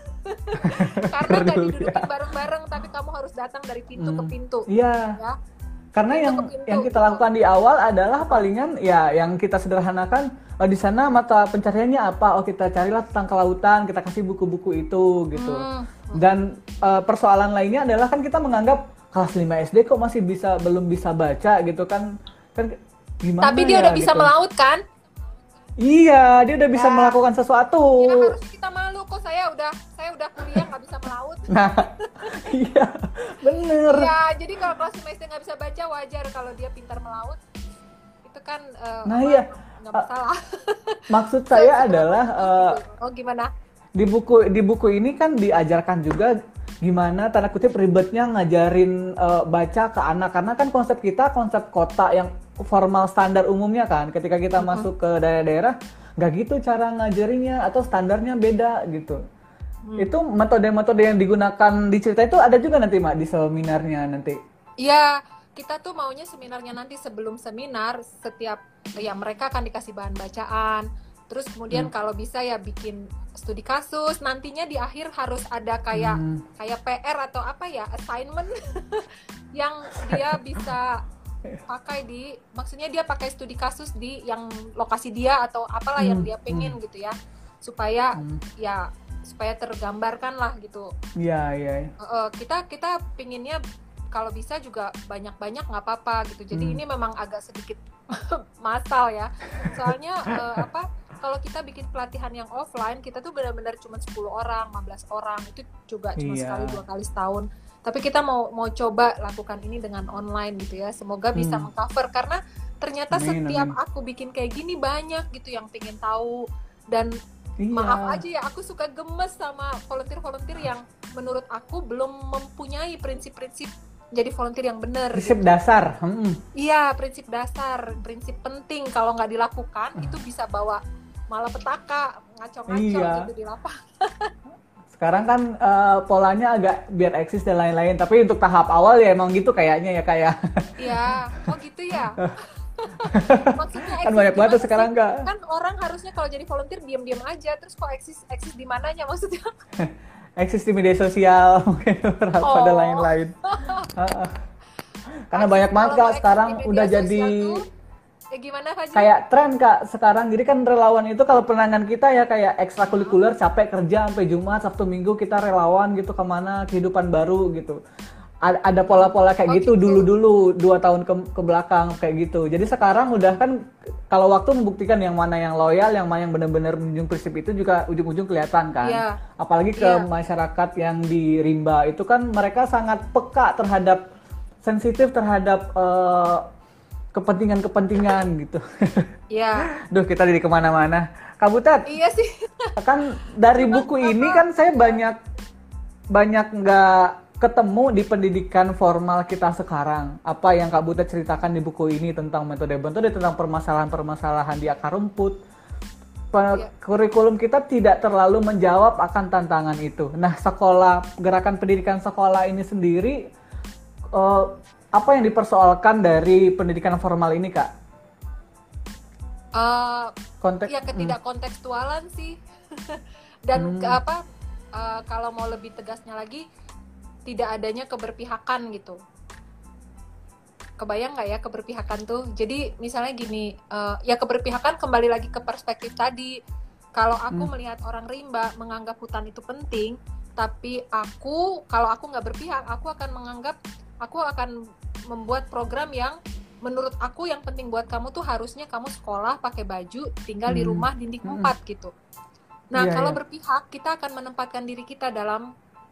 Karena nggak Gerilya. didudukin bareng-bareng, tapi kamu harus datang dari pintu ke Hmm. pintu. Iya. Ya. Karena Pintu yang ke pintu, yang kita gitu. lakukan di awal adalah palingan ya yang kita sederhanakan, oh, di sana mata pencariannya apa? Oh, kita carilah tentang kelautan, kita kasih buku-buku itu gitu. Hmm. Dan eh, persoalan lainnya adalah kan kita menganggap kelas lima S D kok masih bisa belum bisa baca gitu kan. Kan gimana Tapi dia ya, udah bisa gitu. melaut kan? Iya, dia udah bisa Ya. melakukan sesuatu. Ya harusnya kita malu kok, saya udah saya udah kuliah nggak bisa melaut. Nah, iya, bener. Ya, jadi kalau kelas lima S D nggak bisa baca wajar, kalau dia pintar melaut itu kan eh, Nah, apa, iya. nggak masalah. Maksud saya Seberapa adalah eh, gitu. Oh gimana? di buku di buku ini kan diajarkan juga gimana tanda kutip ribetnya ngajarin eh, baca ke anak, karena kan konsep kita konsep kota yang formal standar umumnya kan, ketika kita Mm-hmm. masuk ke daerah-daerah nggak gitu cara ngajarinya atau standarnya beda gitu. Hmm. Itu metode-metode yang digunakan di cerita itu ada juga nanti Mak di seminarnya nanti. Iya, kita tuh maunya seminarnya nanti sebelum seminar setiap ya mereka akan dikasih bahan bacaan, Terus kemudian hmm. kalau bisa ya bikin studi kasus, nantinya di akhir harus ada kayak hmm. kayak P R atau apa ya, assignment yang dia bisa pakai di, maksudnya dia pakai studi kasus di yang lokasi dia atau apalah hmm. yang dia pengen hmm. gitu ya, supaya hmm. ya supaya tergambarkan lah gitu. Iya, iya. Uh, kita kita pinginnya kalau bisa juga banyak-banyak nggak apa-apa gitu. Jadi hmm. ini memang agak sedikit massal ya. Soalnya uh, apa? Kalau kita bikin pelatihan yang offline, kita tuh benar-benar cuma sepuluh orang, lima belas orang, itu juga cuma iya. sekali dua kali setahun. Tapi kita mau mau coba lakukan ini dengan online gitu ya. Semoga hmm. bisa mengcover, karena ternyata amin, setiap amin. aku bikin kayak gini banyak gitu yang pengen tahu. Dan iya. maaf aja ya, aku suka gemes sama volunteer-volunteer yang menurut aku belum mempunyai prinsip-prinsip jadi volunteer yang benar. Prinsip gitu. dasar. Hmm. Iya, prinsip dasar, prinsip penting. Kalau nggak dilakukan, itu bisa bawa malah petaka, ngaco-ngaco iya. gitu di lapangan. Sekarang kan uh, polanya agak biar eksis dan lain-lain, tapi untuk tahap awal ya emang gitu kayaknya ya kayak. Iya, oh gitu ya. Maksudnya kan banyak banget sekarang Kak. Kan orang harusnya kalau jadi volunteer diam-diam aja, terus kok eksis eksis di mananya maksudnya? Eksis di media sosial, mungkin oh. pada lain-lain. Karena eksis banyak banget Kak sekarang udah jadi tuh, eh, gimana Fajri? Kayak tren Kak sekarang. Jadi kan relawan itu kalau penangan kita ya kayak ekstrakurikuler, capek kerja sampai Jumat, Sabtu Minggu kita relawan gitu kemana, kehidupan baru gitu. Ada pola-pola kayak oh, gitu, gitu dulu-dulu dua tahun ke, ke belakang kayak gitu. Jadi sekarang udah kan kalau waktu membuktikan yang mana yang loyal, yang mana yang benar-benar menjunjung prinsip itu juga ujung-ujung kelihatan kan. Yeah. Apalagi ke yeah. masyarakat yang di rimba itu kan mereka sangat peka terhadap, sensitif terhadap uh, kepentingan-kepentingan gitu. Iya. Duh, kita jadi kemana-mana. Kak Butet. Iya sih. Kan dari buku ini kan saya banyak banyak nggak ketemu di pendidikan formal kita sekarang. Apa yang Kak Butet ceritakan di buku ini tentang metode-metode, tentang permasalahan-permasalahan di akar rumput. Pe- ya. Kurikulum kita tidak terlalu menjawab akan tantangan itu. Nah, sekolah, gerakan pendidikan sekolah ini sendiri, uh, apa yang dipersoalkan dari pendidikan formal ini, Kak? Uh, Konteks, ya ketidak kontekstualan hmm. sih. Dan hmm. ke apa? Uh, kalau mau lebih tegasnya lagi, tidak adanya keberpihakan gitu. Kebayang nggak ya keberpihakan tuh? Jadi misalnya gini, uh, ya keberpihakan kembali lagi ke perspektif tadi. Kalau aku hmm. melihat orang rimba menganggap hutan itu penting, tapi aku kalau aku nggak berpihak, aku akan menganggap, aku akan membuat program yang menurut aku yang penting buat kamu tuh harusnya kamu sekolah pakai baju, tinggal hmm. di rumah dinding empat hmm. gitu. Nah yeah, kalau yeah. berpihak, kita akan menempatkan diri kita dalam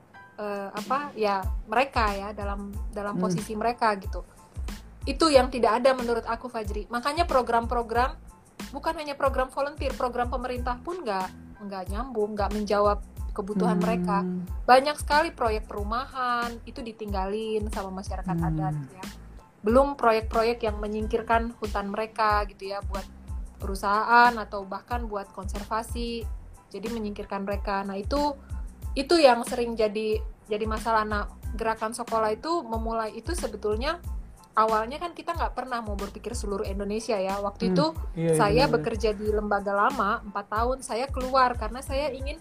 uh, apa ya mereka ya dalam dalam hmm. posisi mereka gitu. Itu yang tidak ada menurut aku, Fajri. Makanya program-program bukan hanya program volunteer, program pemerintah pun nggak nggak nyambung, nggak menjawab kebutuhan hmm. mereka. Banyak sekali proyek perumahan itu ditinggalin sama masyarakat hmm. adat ya. Belum proyek-proyek yang menyingkirkan hutan mereka gitu ya, buat perusahaan atau bahkan buat konservasi. Jadi menyingkirkan mereka. Nah, itu itu yang sering jadi jadi masalah. Nah, gerakan sekolah itu memulai itu sebetulnya awalnya kan kita nggak pernah mau berpikir seluruh Indonesia ya. Waktu hmm. itu iya, saya iya, bekerja iya. di lembaga lama empat tahun, saya keluar karena saya ingin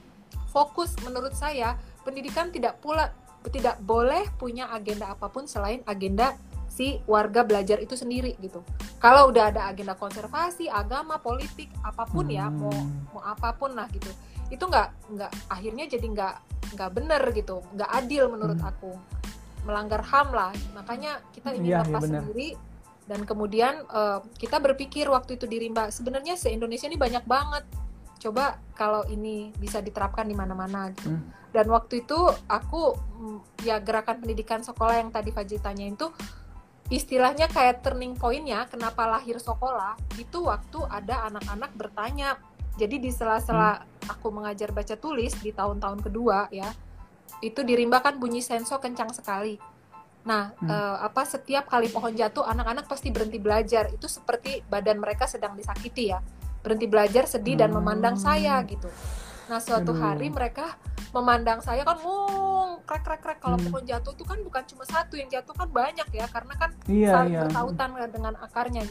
fokus. Menurut saya pendidikan tidak pula tidak boleh punya agenda apapun selain agenda si warga belajar itu sendiri gitu. Kalau udah ada agenda konservasi, agama, politik, apapun hmm. ya, mau mau apapun lah gitu. Itu nggak nggak akhirnya jadi nggak nggak benar gitu, nggak adil menurut hmm. aku, melanggar H A M lah. Makanya kita ingin ya, lepas ya sendiri. Dan kemudian uh, kita berpikir waktu itu di Rimba, sebenarnya se-Indonesia ini banyak banget. Coba kalau ini bisa diterapkan di mana-mana gitu. Hmm. Dan waktu itu aku ya gerakan pendidikan sekolah yang tadi Fajri tanyain tuh istilahnya kayak turning point-nya kenapa lahir sekolah itu waktu ada anak-anak bertanya. Jadi di sela-sela hmm. aku mengajar baca tulis di tahun-tahun kedua ya, itu di Rimba kan bunyi senso kencang sekali. Nah, hmm. eh, apa setiap kali pohon jatuh anak-anak pasti berhenti belajar. Itu seperti badan mereka sedang disakiti ya. Berhenti belajar, sedih dan hmm. memandang saya gitu. Nah, suatu Aduh. hari mereka memandang saya kan mung krek krek krek. Kalau hmm. pohon jatuh itu kan bukan cuma satu yang jatuh, kan banyak ya, karena kan iya, saling iya. bertautan dengan akarnya gitu.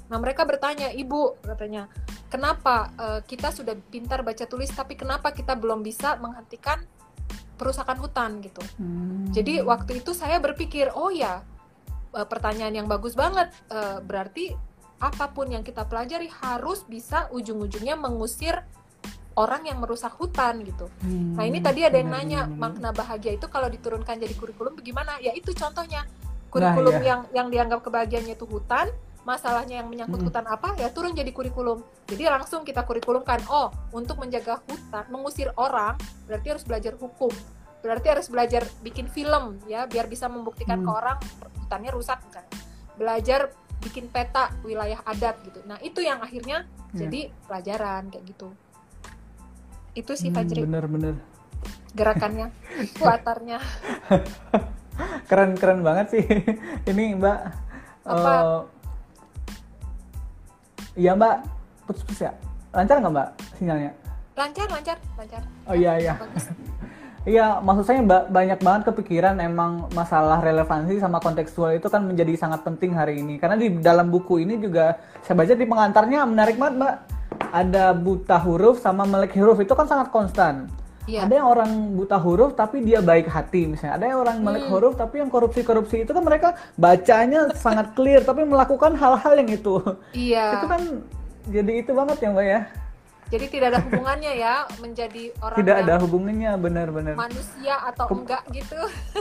Nah mereka bertanya, ibu katanya, kenapa uh, kita sudah pintar baca tulis tapi kenapa kita belum bisa menghentikan perusakan hutan gitu. Hmm. Jadi waktu itu saya berpikir, oh ya uh, pertanyaan yang bagus banget, uh, berarti apapun yang kita pelajari harus bisa ujung-ujungnya mengusir orang yang merusak hutan gitu. Hmm, nah ini tadi ada yang nanya benar, makna bahagia itu kalau diturunkan jadi kurikulum bagaimana? Ya itu contohnya kurikulum nah, iya. yang yang dianggap kebahagiaannya itu hutan, masalahnya yang menyangkut hmm. hutan apa? Ya turun jadi kurikulum. Jadi langsung kita kurikulumkan. Oh untuk menjaga hutan, mengusir orang berarti harus belajar hukum. Berarti harus belajar bikin film ya biar bisa membuktikan hmm. ke orang hutannya rusak kan. Belajar bikin peta wilayah adat gitu. Nah itu yang akhirnya yeah. jadi pelajaran kayak gitu. Itu sih Fajri. Hmm, bener-bener. Gerakannya, latarnya. Keren-keren banget sih. Ini Mbak. Apa? Uh, iya Mbak, putus-putus ya. Lancar nggak Mbak sinyalnya? Lancar, lancar, lancar. Oh iya, iya. Iya, maksud saya Mbak, banyak banget kepikiran emang masalah relevansi sama kontekstual itu kan menjadi sangat penting hari ini. Karena di dalam buku ini juga, saya baca di pengantarnya menarik banget Mbak. Ada buta huruf sama melek huruf itu kan sangat konstan. Iya. Ada yang orang buta huruf tapi dia baik hati misalnya. Ada yang orang melek hmm. huruf tapi yang korupsi-korupsi itu kan mereka bacanya sangat clear tapi melakukan hal-hal yang itu. Iya. Itu kan jadi itu banget ya Mbak ya. Jadi tidak ada hubungannya ya menjadi orang tidak yang ada hubungannya benar-benar. Manusia atau Kem- enggak gitu.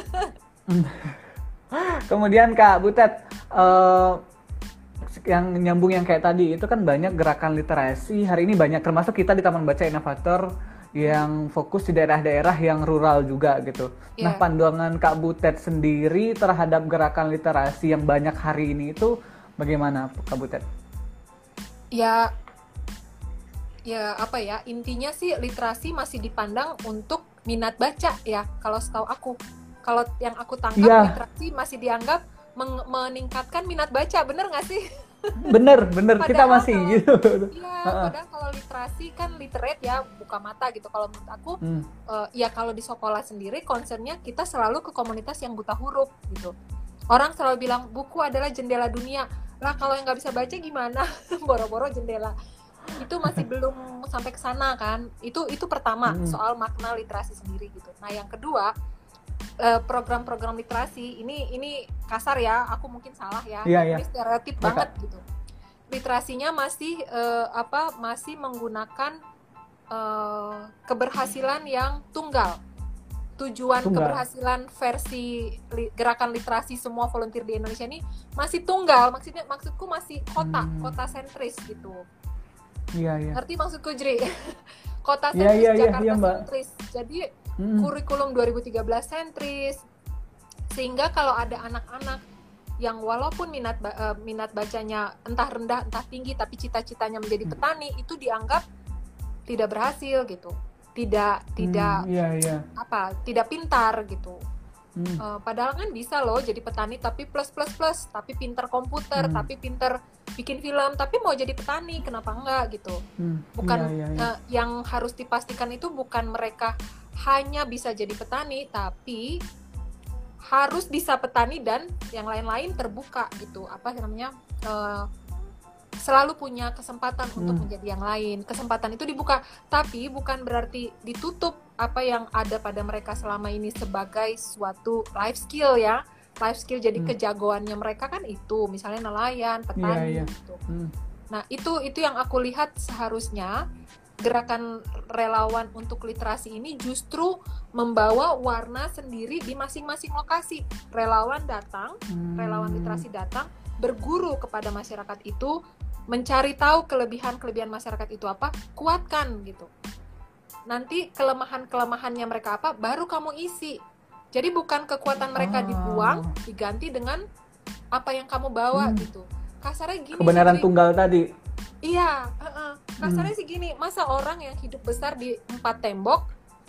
Kemudian Kak Butet, uh, yang nyambung yang kayak tadi itu kan banyak gerakan literasi hari ini banyak termasuk kita di Taman Baca Inovator yang fokus di daerah-daerah yang rural juga gitu. Yeah. Nah pandangan Kak Butet sendiri terhadap gerakan literasi yang banyak hari ini itu bagaimana Kak Butet? Ya, ya apa ya intinya sih literasi masih dipandang untuk minat baca ya kalau setahu aku. Kalau yang aku tangkap yeah. literasi masih dianggap meng- meningkatkan minat baca, bener nggak sih? Bener, bener. Padahal kita masih kalau, gitu. Iya, padahal kalau literasi kan literate ya, buka mata gitu. Kalau menurut aku, hmm. uh, ya kalau di sekolah sendiri, concernnya kita selalu ke komunitas yang buta huruf gitu. Orang selalu bilang, buku adalah jendela dunia. Lah kalau yang nggak bisa baca gimana? Boro-boro jendela. Itu masih belum sampai ke sana kan. Itu itu pertama, hmm. soal makna literasi sendiri gitu. Nah yang kedua, Uh, program-program literasi ini ini kasar ya, aku mungkin salah ya, yeah, ini yeah. stereotip yeah. banget gitu. Literasinya masih uh, apa masih menggunakan uh, keberhasilan yang tunggal. Tujuan tunggal. Keberhasilan versi li, gerakan literasi semua volunteer di Indonesia ini masih tunggal. Maksudnya maksudku masih kota, hmm. kota sentris gitu. Iya, yeah, iya. Yeah. Ngerti maksudku, Jri? Kota yeah, sentris, yeah, Jakarta yeah, yeah, sentris. Jadi Hmm. kurikulum dua ribu tiga belas sentris, sehingga kalau ada anak-anak yang walaupun minat uh, minat bacanya entah rendah entah tinggi tapi cita-citanya menjadi petani, itu dianggap tidak berhasil gitu, tidak tidak hmm, yeah, yeah. apa tidak pintar gitu. hmm. uh, padahal kan bisa loh jadi petani tapi plus plus plus, tapi pintar komputer, hmm. tapi pintar bikin film, tapi mau jadi petani kenapa enggak gitu. hmm. Bukan yeah, yeah, yeah. Uh, yang harus dipastikan itu bukan mereka hanya bisa jadi petani, tapi harus bisa petani dan yang lain-lain terbuka gitu. Apa namanya? Uh, selalu punya kesempatan hmm. untuk menjadi yang lain. Kesempatan itu dibuka, tapi bukan berarti ditutup apa yang ada pada mereka selama ini sebagai suatu life skill ya. Life skill jadi hmm. kejagoannya mereka kan itu, misalnya nelayan, petani yeah, yeah. gitu. Hmm. Nah, itu itu yang aku lihat seharusnya gerakan relawan untuk literasi ini justru membawa warna sendiri di masing-masing lokasi. Relawan datang, hmm. relawan literasi datang, berguru kepada masyarakat itu, mencari tahu kelebihan-kelebihan masyarakat itu apa, kuatkan gitu. Nanti kelemahan-kelemahannya mereka apa, baru kamu isi. Jadi bukan kekuatan mereka oh. dibuang, diganti dengan apa yang kamu bawa hmm. gitu. Kasarnya gini. Kebenaran jadi, tunggal tadi. Iya, uh-uh. kasarnya hmm. sih gini, masa orang yang hidup besar di empat tembok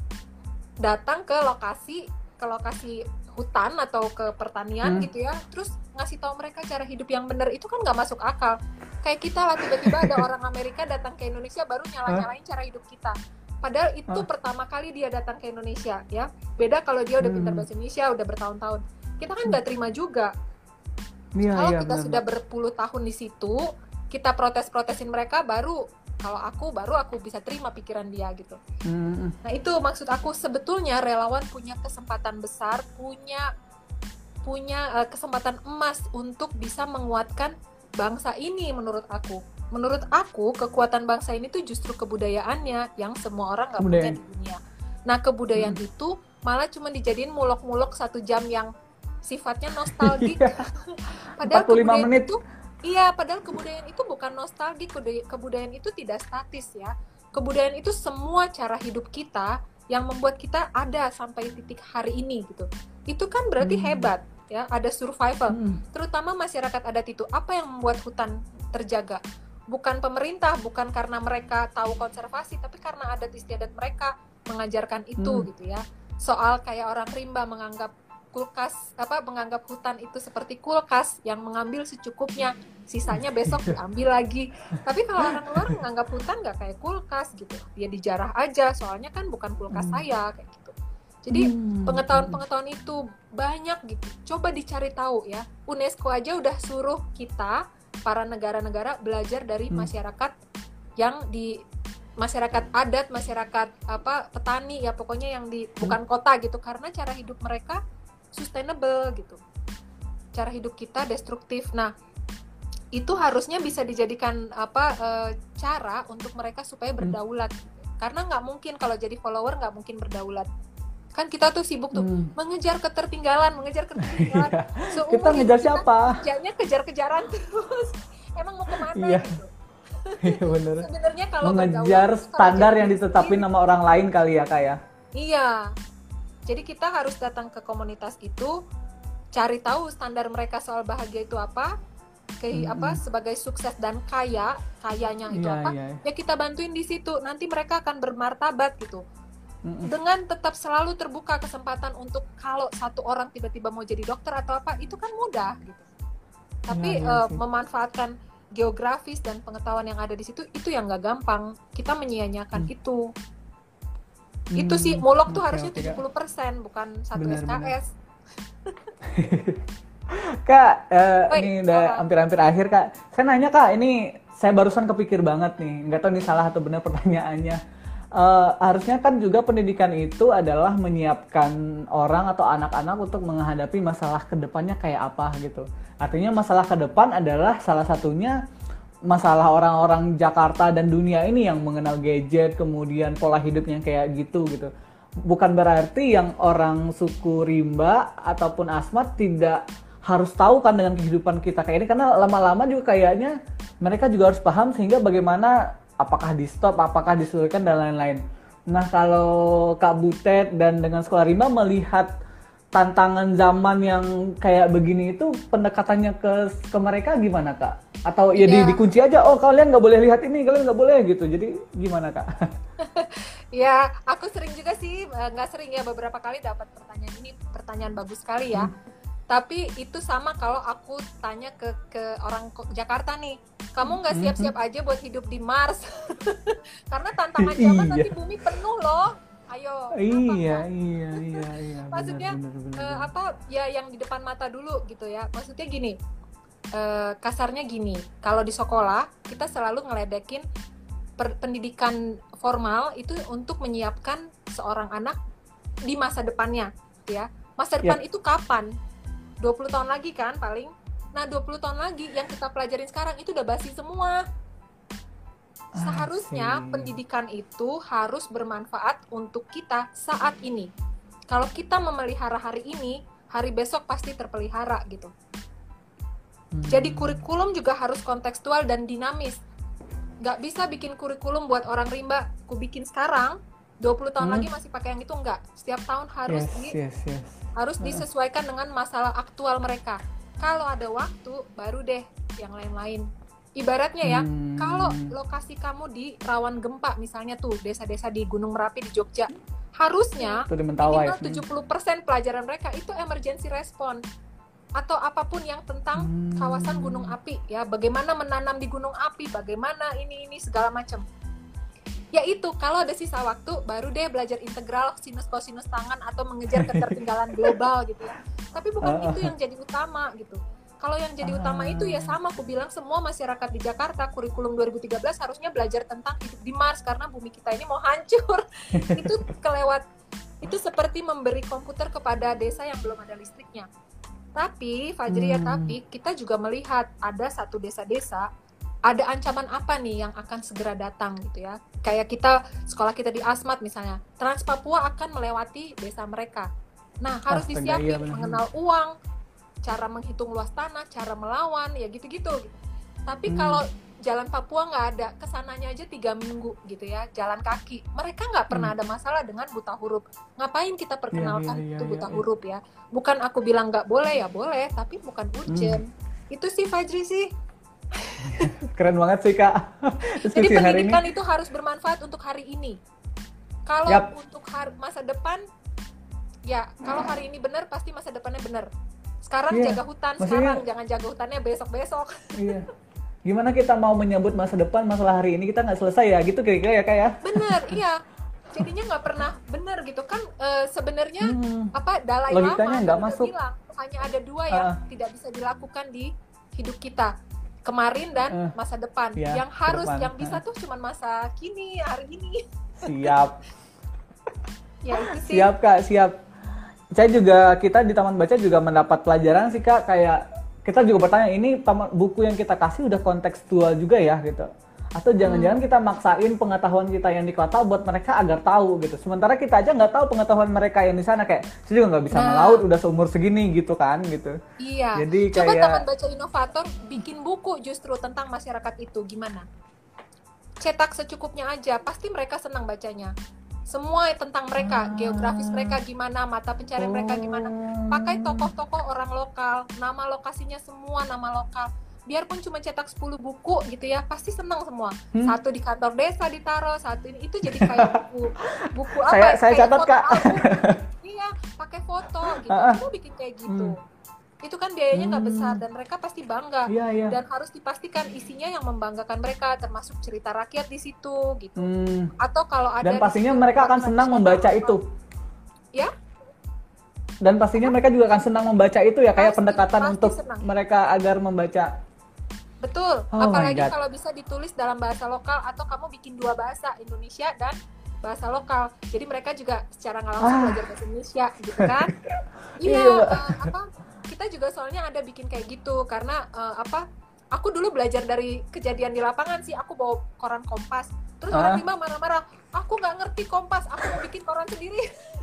datang ke lokasi ke lokasi hutan atau ke pertanian hmm. gitu ya, terus ngasih tahu mereka cara hidup yang benar, itu kan nggak masuk akal. Kayak kita lah tiba-tiba ada orang Amerika datang ke Indonesia baru nyala-nyalain cara hidup kita. Padahal itu huh? pertama kali dia datang ke Indonesia ya. Beda kalau dia udah hmm. pintar bahasa Indonesia, udah bertahun-tahun. Kita kan nggak terima juga. Ya, kalau ya, kita benar. Sudah berpuluh tahun di situ, kita protes-protesin mereka, baru kalau aku baru aku bisa terima pikiran dia gitu. Hmm. Nah itu maksud aku, sebetulnya relawan punya kesempatan besar, punya punya uh, kesempatan emas untuk bisa menguatkan bangsa ini. Menurut aku, menurut aku kekuatan bangsa ini tuh justru kebudayaannya yang semua orang nggak punya di dunia. Nah kebudayaan hmm. itu malah cuma dijadiin mulok-mulok satu jam yang sifatnya nostalgik. Padahal empat puluh lima menit itu iya, padahal kebudayaan itu bukan nostalgik, kebudayaan itu tidak statis ya. Kebudayaan itu semua cara hidup kita yang membuat kita ada sampai titik hari ini gitu. Itu kan berarti hmm. hebat ya, ada survival. Hmm. Terutama masyarakat adat itu, apa yang membuat hutan terjaga? Bukan pemerintah, bukan karena mereka tahu konservasi, tapi karena adat istiadat mereka mengajarkan itu hmm. gitu ya. Soal kayak orang rimba menganggap kulkas apa menganggap hutan itu seperti kulkas yang mengambil secukupnya, sisanya besok diambil lagi. Tapi kalau orang luar menganggap hutan nggak kayak kulkas gitu, dia dijarah aja, soalnya kan bukan kulkas hmm. saya kayak gitu. Jadi hmm. pengetahuan-pengetahuan itu banyak gitu, coba dicari tahu ya. UNESCO aja udah suruh kita para negara-negara belajar dari hmm. masyarakat yang di masyarakat adat, masyarakat apa petani ya, pokoknya yang di hmm. bukan kota gitu, karena cara hidup mereka sustainable gitu, cara hidup kita destruktif. Nah itu harusnya bisa dijadikan apa e, cara untuk mereka supaya berdaulat gitu. Karena nggak mungkin kalau jadi follower nggak mungkin berdaulat kan, kita tuh sibuk tuh hmm. mengejar ketertinggalan mengejar ketertinggalan so, kita ngejar siapa, kerjanya kejar-kejaran terus. Emang mau kemana iya. gitu. Iya bener. Sebenarnya kalau mengejar standar yang ditetapin sama orang lain kali ya Kak ya. Iya. Jadi kita harus datang ke komunitas itu, cari tahu standar mereka soal bahagia itu apa, ke mm-hmm. apa sebagai sukses dan kaya, kayanya itu yeah, apa, yeah. ya kita bantuin di situ. Nanti mereka akan bermartabat gitu. Mm-hmm. Dengan tetap selalu terbuka kesempatan untuk kalau satu orang tiba-tiba mau jadi dokter atau apa, itu kan mudah gitu. Tapi yeah, yeah, uh, memanfaatkan geografis dan pengetahuan yang ada di situ itu yang nggak gampang. Kita menyia-nyiakan mm. itu. Hmm, itu sih mulok tuh okay, harusnya okay, tujuh puluh persen bukan satu bener, S K S. Kak, uh, Oi, ini udah apa? hampir-hampir akhir Kak. Saya nanya Kak, ini saya barusan kepikir banget nih, nggak tahu ini salah atau benar pertanyaannya. Uh, harusnya kan juga pendidikan itu adalah menyiapkan orang atau anak-anak untuk menghadapi masalah kedepannya kayak apa gitu. Artinya masalah ke depan adalah salah satunya masalah orang-orang Jakarta dan dunia ini yang mengenal gadget, kemudian pola hidupnya kayak gitu gitu. Bukan berarti yang orang suku rimba ataupun asmat tidak harus tahu kan dengan kehidupan kita kayak ini, karena lama-lama juga kayaknya mereka juga harus paham sehingga bagaimana apakah di stop, apakah disesuaikan dan lain-lain. Nah kalau Kak Butet dan dengan sekolah rimba melihat tantangan zaman yang kayak begini itu, pendekatannya ke ke mereka gimana Kak? Atau ya, ya. Di, dikunci aja, oh kalian nggak boleh lihat ini, kalian nggak boleh gitu. Jadi gimana Kak? Ya aku sering juga sih, nggak sering ya, beberapa kali dapat pertanyaan ini, pertanyaan bagus sekali ya. Hmm. Tapi itu sama kalau aku tanya ke ke orang Jakarta nih, kamu nggak siap-siap aja buat hidup di Mars? Karena tantangan zaman iya. nanti bumi penuh loh. Ayo. Iya, iya, iya, iya. Maksudnya bener, bener, bener. Uh, apa ya yang di depan mata dulu gitu ya. Maksudnya gini, uh, kasarnya gini. Kalau di sekolah kita selalu ngeledekin per- pendidikan formal itu untuk menyiapkan seorang anak di masa depannya, ya. Masa depan yeah. itu kapan? dua puluh tahun lagi kan paling. Nah, dua puluh tahun lagi yang kita pelajarin sekarang itu udah basi semua. Seharusnya Asik. pendidikan itu harus bermanfaat untuk kita saat ini. Kalau kita memelihara hari ini, hari besok pasti terpelihara gitu. Hmm. Jadi kurikulum juga harus kontekstual dan dinamis. Gak bisa bikin kurikulum buat orang rimba, ku bikin sekarang, dua puluh tahun hmm. lagi masih pakai yang itu, enggak. Setiap tahun harus yes, di, yes, yes. harus disesuaikan dengan masalah aktual mereka. Kalau ada waktu, baru deh yang lain-lain. Ibaratnya ya, hmm. kalau lokasi kamu di rawan gempa misalnya tuh, desa-desa di Gunung Merapi di Jogja, harusnya minimal tujuh puluh persen pelajaran mereka itu emergency response atau apapun yang tentang hmm. kawasan gunung api ya, bagaimana menanam di gunung api, bagaimana ini ini segala macam. Ya itu, kalau ada sisa waktu baru deh belajar integral sinus kosinus tangan atau mengejar ketertinggalan global gitu ya. Tapi bukan uh. itu yang jadi utama gitu. Kalau yang jadi utama itu ya sama, aku bilang semua masyarakat di Jakarta kurikulum dua ribu tiga belas harusnya belajar tentang hidup di Mars karena bumi kita ini mau hancur. Itu kelewat, itu seperti memberi komputer kepada desa yang belum ada listriknya. Tapi Fajri ya, Hmm. tapi kita juga melihat ada satu desa-desa ada ancaman apa nih yang akan segera datang gitu ya. Kayak kita, sekolah kita di Asmat misalnya, Trans Papua akan melewati desa mereka. Nah, harus Astaga, disiapin iya benar. mengenal uang, cara menghitung luas tanah, cara melawan, ya gitu-gitu. Tapi Hmm. kalau jalan Papua nggak ada, kesananya aja tiga minggu gitu ya, jalan kaki. Mereka nggak pernah Hmm. ada masalah dengan buta huruf. Ngapain kita perkenalkan Iya, iya, itu iya, buta iya. huruf ya? Bukan aku bilang nggak boleh ya, boleh, tapi bukan urgent. Hmm. Itu sih Fajri sih. Keren banget sih Kak. Jadi Diskusi hari ini. pendidikan itu harus bermanfaat untuk hari ini. Kalau Yap. untuk hari, masa depan, ya kalau hari ini benar pasti masa depannya benar. Sekarang Iya, jaga hutan, maksudnya- sekarang jangan jaga hutannya besok-besok. Iya. Gimana kita mau menyambut masa depan, masalah hari ini kita nggak selesai ya, gitu kira-kira ya Kak ya? Bener, iya. Jadinya nggak pernah benar gitu kan. eh, sebenarnya Hmm. apa Dalai Logikanya Lama nggak udah masuk. bilang hanya ada dua yang Ah. tidak bisa dilakukan di hidup kita, kemarin dan Ah. masa depan. Iya, Yang ke harus, depan. yang bisa Ah. tuh cuma masa kini, hari ini. Siap. Ya itu sih. Siap Kak, siap. Saya juga, kita di Taman Baca juga mendapat pelajaran sih Kak, kayak kita juga bertanya, ini taman, buku yang kita kasih udah kontekstual juga ya gitu. Atau jangan-jangan kita maksain pengetahuan kita yang di kota buat mereka agar tahu gitu. Sementara kita aja nggak tahu pengetahuan mereka yang di sana, kayak saya juga nggak bisa Nah. melaut udah seumur segini gitu kan gitu. Iya. Jadi Coba kayak- Taman Baca Inovator bikin buku justru tentang masyarakat itu gimana? Cetak secukupnya aja, pasti mereka senang bacanya. Semua tentang mereka, Ah. geografis mereka gimana, mata pencarian mereka gimana. Pakai tokoh-tokoh orang lokal, nama lokasinya semua nama lokal. Biarpun cuma cetak sepuluh buku gitu ya, pasti senang semua. Hmm. Satu di kantor desa ditaruh, satu ini, itu jadi kayak buku buku apa? Saya- ya, saya kayak catat, foto Kak. album. Iya, pakai foto gitu. Ah, ah. Kita bikin kayak gitu. Hmm. Itu kan biayanya nggak Hmm. besar dan mereka pasti bangga. Iya, iya. Dan harus dipastikan isinya yang membanggakan mereka, termasuk cerita rakyat di situ gitu. Hmm. Atau kalau ada Dan di pastinya situ mereka akan buat senang tradisional membaca apa. itu. Ya, Dan pastinya mereka juga akan senang membaca itu ya, kayak Pasti, pendekatan pasti untuk senang. mereka agar membaca. betul. Oh my Apalagi God. kalau bisa ditulis dalam bahasa lokal atau kamu bikin dua bahasa, Indonesia dan bahasa lokal. Jadi mereka juga secara nggak langsung Ah. belajar bahasa Indonesia gitu kan. Iya, Iya, Mbak. eh, apa kita juga soalnya ada bikin kayak gitu karena eh, apa aku dulu belajar dari kejadian di lapangan sih. Aku bawa koran Kompas, terus Ah. orang Bima marah-marah, aku nggak ngerti Kompas, aku mau bikin koran sendiri.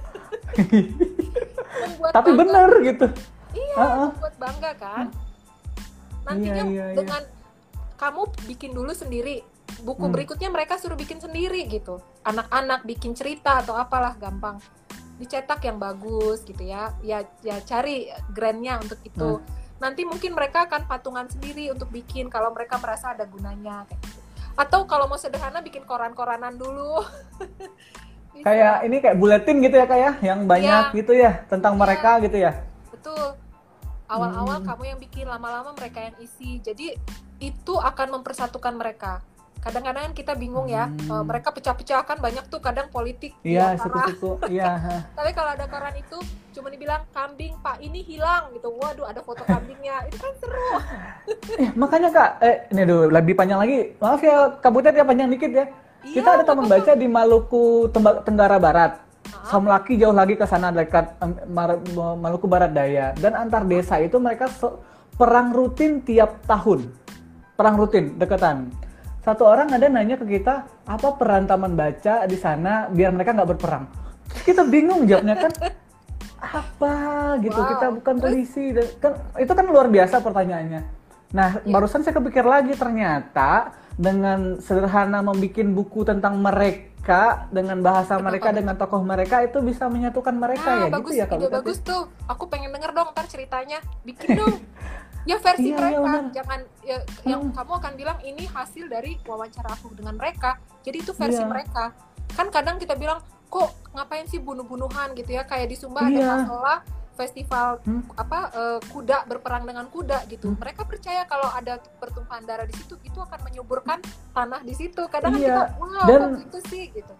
Membuat Tapi bangga. bener gitu. Iya, Ah, ah. membuat bangga kan. Nantinya Iya, iya, iya. dengan kamu bikin dulu sendiri, buku Hmm. berikutnya mereka suruh bikin sendiri gitu. Anak-anak bikin cerita atau apalah, gampang. Dicetak yang bagus gitu ya. Ya ya cari grandnya untuk itu. Hmm. Nanti mungkin mereka akan patungan sendiri untuk bikin kalau mereka merasa ada gunanya kayak gitu. Atau kalau mau sederhana bikin koran-koranan dulu. Bisa. Kayak ini kayak buletin gitu ya kayak yang banyak Iya. gitu ya tentang Iya. mereka gitu ya. Betul. Awal-awal Hmm. kamu yang bikin, lama-lama mereka yang isi. Jadi itu akan mempersatukan mereka. Kadang-kadang kan kita bingung ya, Hmm. eh, mereka pecah-pecah kan banyak tuh kadang politik di Iya, antara. suku-suku. Iya, ha. Tapi kalau ada koran itu cuma dibilang kambing Pak ini hilang gitu. Waduh, ada foto kambingnya. Itu kan seru. Eh, makanya Kak, eh ini dulu lebih panjang lagi. Maaf ya, Kak Butet ya panjang dikit ya. Iya, Kita ada taman nggak baca di Maluku Temba- Tenggara Barat. Ah. Samlaki jauh lagi ke sana dekat em, Mar- Maluku Barat Daya. Dan antar desa itu mereka se- perang rutin tiap tahun. Perang rutin deketan. Satu orang ada nanya ke kita, apa peran taman baca di sana biar mereka nggak berperang? Terus kita bingung jawabnya kan, apa gitu, Wow. kita bukan Terus? polisi. Dan- kan, itu kan luar biasa pertanyaannya. Nah, Ya. barusan saya kepikir lagi, ternyata dengan sederhana membuat buku tentang mereka, dengan bahasa Kenapa mereka, betul? dengan tokoh mereka, itu bisa menyatukan mereka Nah, ya bagus, gitu ya Kak ide Butet? bagus tuh. Aku pengen denger dong ntar ceritanya. Bikin dong. Ya versi Iya, iya, mereka, benar. jangan ya, yang Hmm. kamu akan bilang ini hasil dari wawancara aku dengan mereka. Jadi itu versi Iya. mereka. Kan kadang kita bilang, kok ngapain sih bunuh-bunuhan gitu ya? Kayak di Sumba Iya. ada masalah festival Hmm. apa eh, kuda berperang dengan kuda gitu. Hmm. Mereka percaya kalau ada pertumpahan darah di situ itu akan menyuburkan tanah di situ. Kadang kan Iya, kita, wow, dan- kok gitu sih gitu.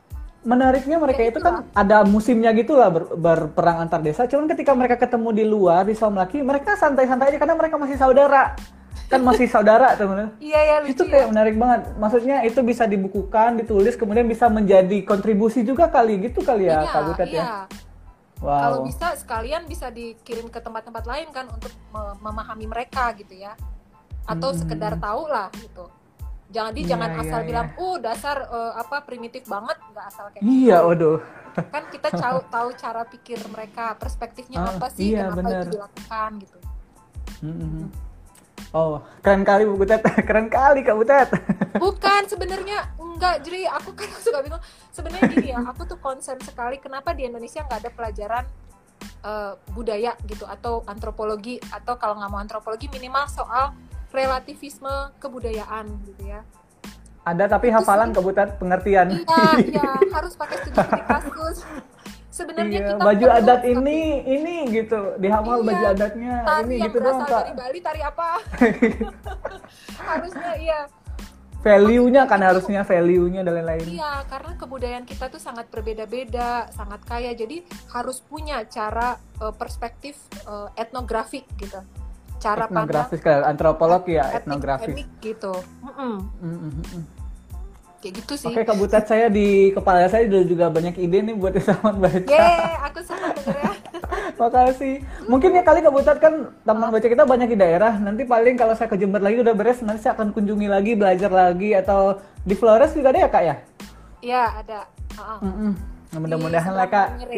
menariknya mereka Ya itu kan itulah. ada musimnya gitu lah ber- berperang antar desa. Cuman ketika mereka ketemu di luar di Saumlaki, mereka santai-santai aja karena mereka masih saudara. Kan masih saudara teman-teman. Iya ya, Itu lucu ya. kayak menarik banget. Maksudnya itu bisa dibukukan, ditulis, kemudian bisa menjadi kontribusi juga kali gitu kali ya, Iya, Kak Butet iya. ya. Kalau Wow. bisa sekalian bisa dikirim ke tempat-tempat lain kan untuk me- memahami mereka gitu ya. Atau sekedar Mm-mm. tahu lah gitu. Jangan di Iya, jangan iya, asal iya. bilang, "Uh, dasar eh, apa primitif banget." Nggak asal kayak Iya, gitu. waduh. Kan kita tahu tahu cara pikir mereka, perspektifnya Ah, apa sih, iya kenapa benar. itu dilakukan gitu. Mm-mm. Oh, keren kali Bu Butet. Keren kali Kak Butet. Bukan sebenarnya enggak, jadi aku kan suka bingung. Sebenarnya gini ya, aku tuh concern sekali kenapa di Indonesia nggak ada pelajaran eh, budaya gitu atau antropologi, atau kalau nggak mau antropologi minimal soal relativisme kebudayaan gitu ya. Ada tapi Itu hafalan sih. Kak Butet, pengertian. Iya, iya, harus pakai studi studi kasus. Sebenarnya Iya, kita baju perlu adat tapi ini ini gitu. Dihafal iya, baju adatnya tari ini yang gitu doang, berasal Kak. dari Bali, tari apa? Harusnya iya. Value-nya kan Itu harusnya value-nya dan lain-lain. iya, karena kebudayaan kita tuh sangat berbeda-beda, sangat kaya. Jadi harus punya cara eh, perspektif eh, etnografik gitu. Cara pandang Etnografis kayak antropolog ya, etnik etnografis. etnik gitu. Mm-mm. Mm, mm, mm. Kayak gitu sih. Oke, Kak Butet, saya di kepala saya udah juga banyak ide nih buat teman baca. Yeay, aku senang denger ya. Makasih. Mungkin ya kali Kak Butet kan teman baca kita banyak di daerah. Nanti paling kalau saya ke Jember lagi udah beres, nanti saya akan kunjungi lagi, belajar lagi, atau di Flores juga ada ya Kak ya? Iya, ada. Uh-uh. Mm-mm. Nah, Di mudah-mudahan lah Seberang Kak. Mangere.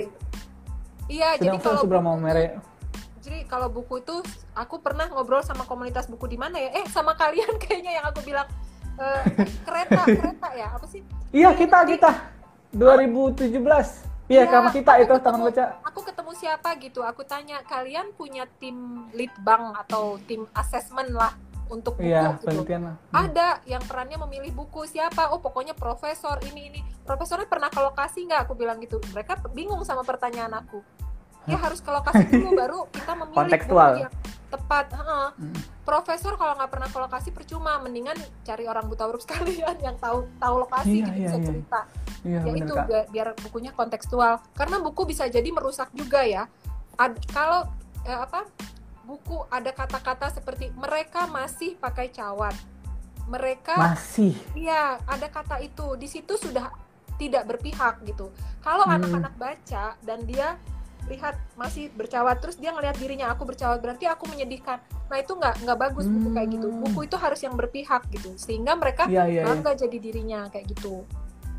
Iya, jadi Sedang kalau seberang buku Mangere. jadi kalau buku itu aku pernah ngobrol sama komunitas buku di mana ya? Eh, sama kalian kayaknya yang aku bilang eh, kereta kereta ya apa sih? Iya, Iya, kita jadi kita dua ribu tujuh belas. Iya, sama kita aku itu teman ketemu baca. aku ketemu siapa gitu. Aku tanya, kalian punya tim litbang atau tim assessment lah untuk buku Iya, gitu. penelitian lah. Hmm. Ada yang perannya memilih buku siapa? Oh, pokoknya profesor ini ini. Profesornya pernah ke lokasi nggak? Aku bilang gitu. Mereka bingung sama pertanyaan aku. Ya harus ke lokasi dulu baru kita memilih Kontekstual. buku yang tepat. Heeh. Hmm. Profesor kalau nggak pernah ke lokasi percuma, mendingan cari orang buta huruf sekalian yang tahu tahu lokasi Iya, gitu iya, bisa iya. cerita. Iya, Ya bener itu Kak. biar, biar bukunya kontekstual. Karena buku bisa jadi merusak juga ya. Ad- kalau eh, apa buku ada kata-kata seperti mereka masih pakai cawat. Mereka Masih. iya, ada kata itu. Di situ sudah tidak berpihak gitu. Kalau Hmm. anak-anak baca dan dia lihat masih bercawat terus dia ngelihat dirinya aku bercawat berarti aku menyedihkan. Nah, itu nggak nggak bagus buku kayak gitu. Hmm. Buku itu harus yang berpihak gitu. Sehingga mereka Iya, iya, iya. bangga jadi dirinya kayak gitu.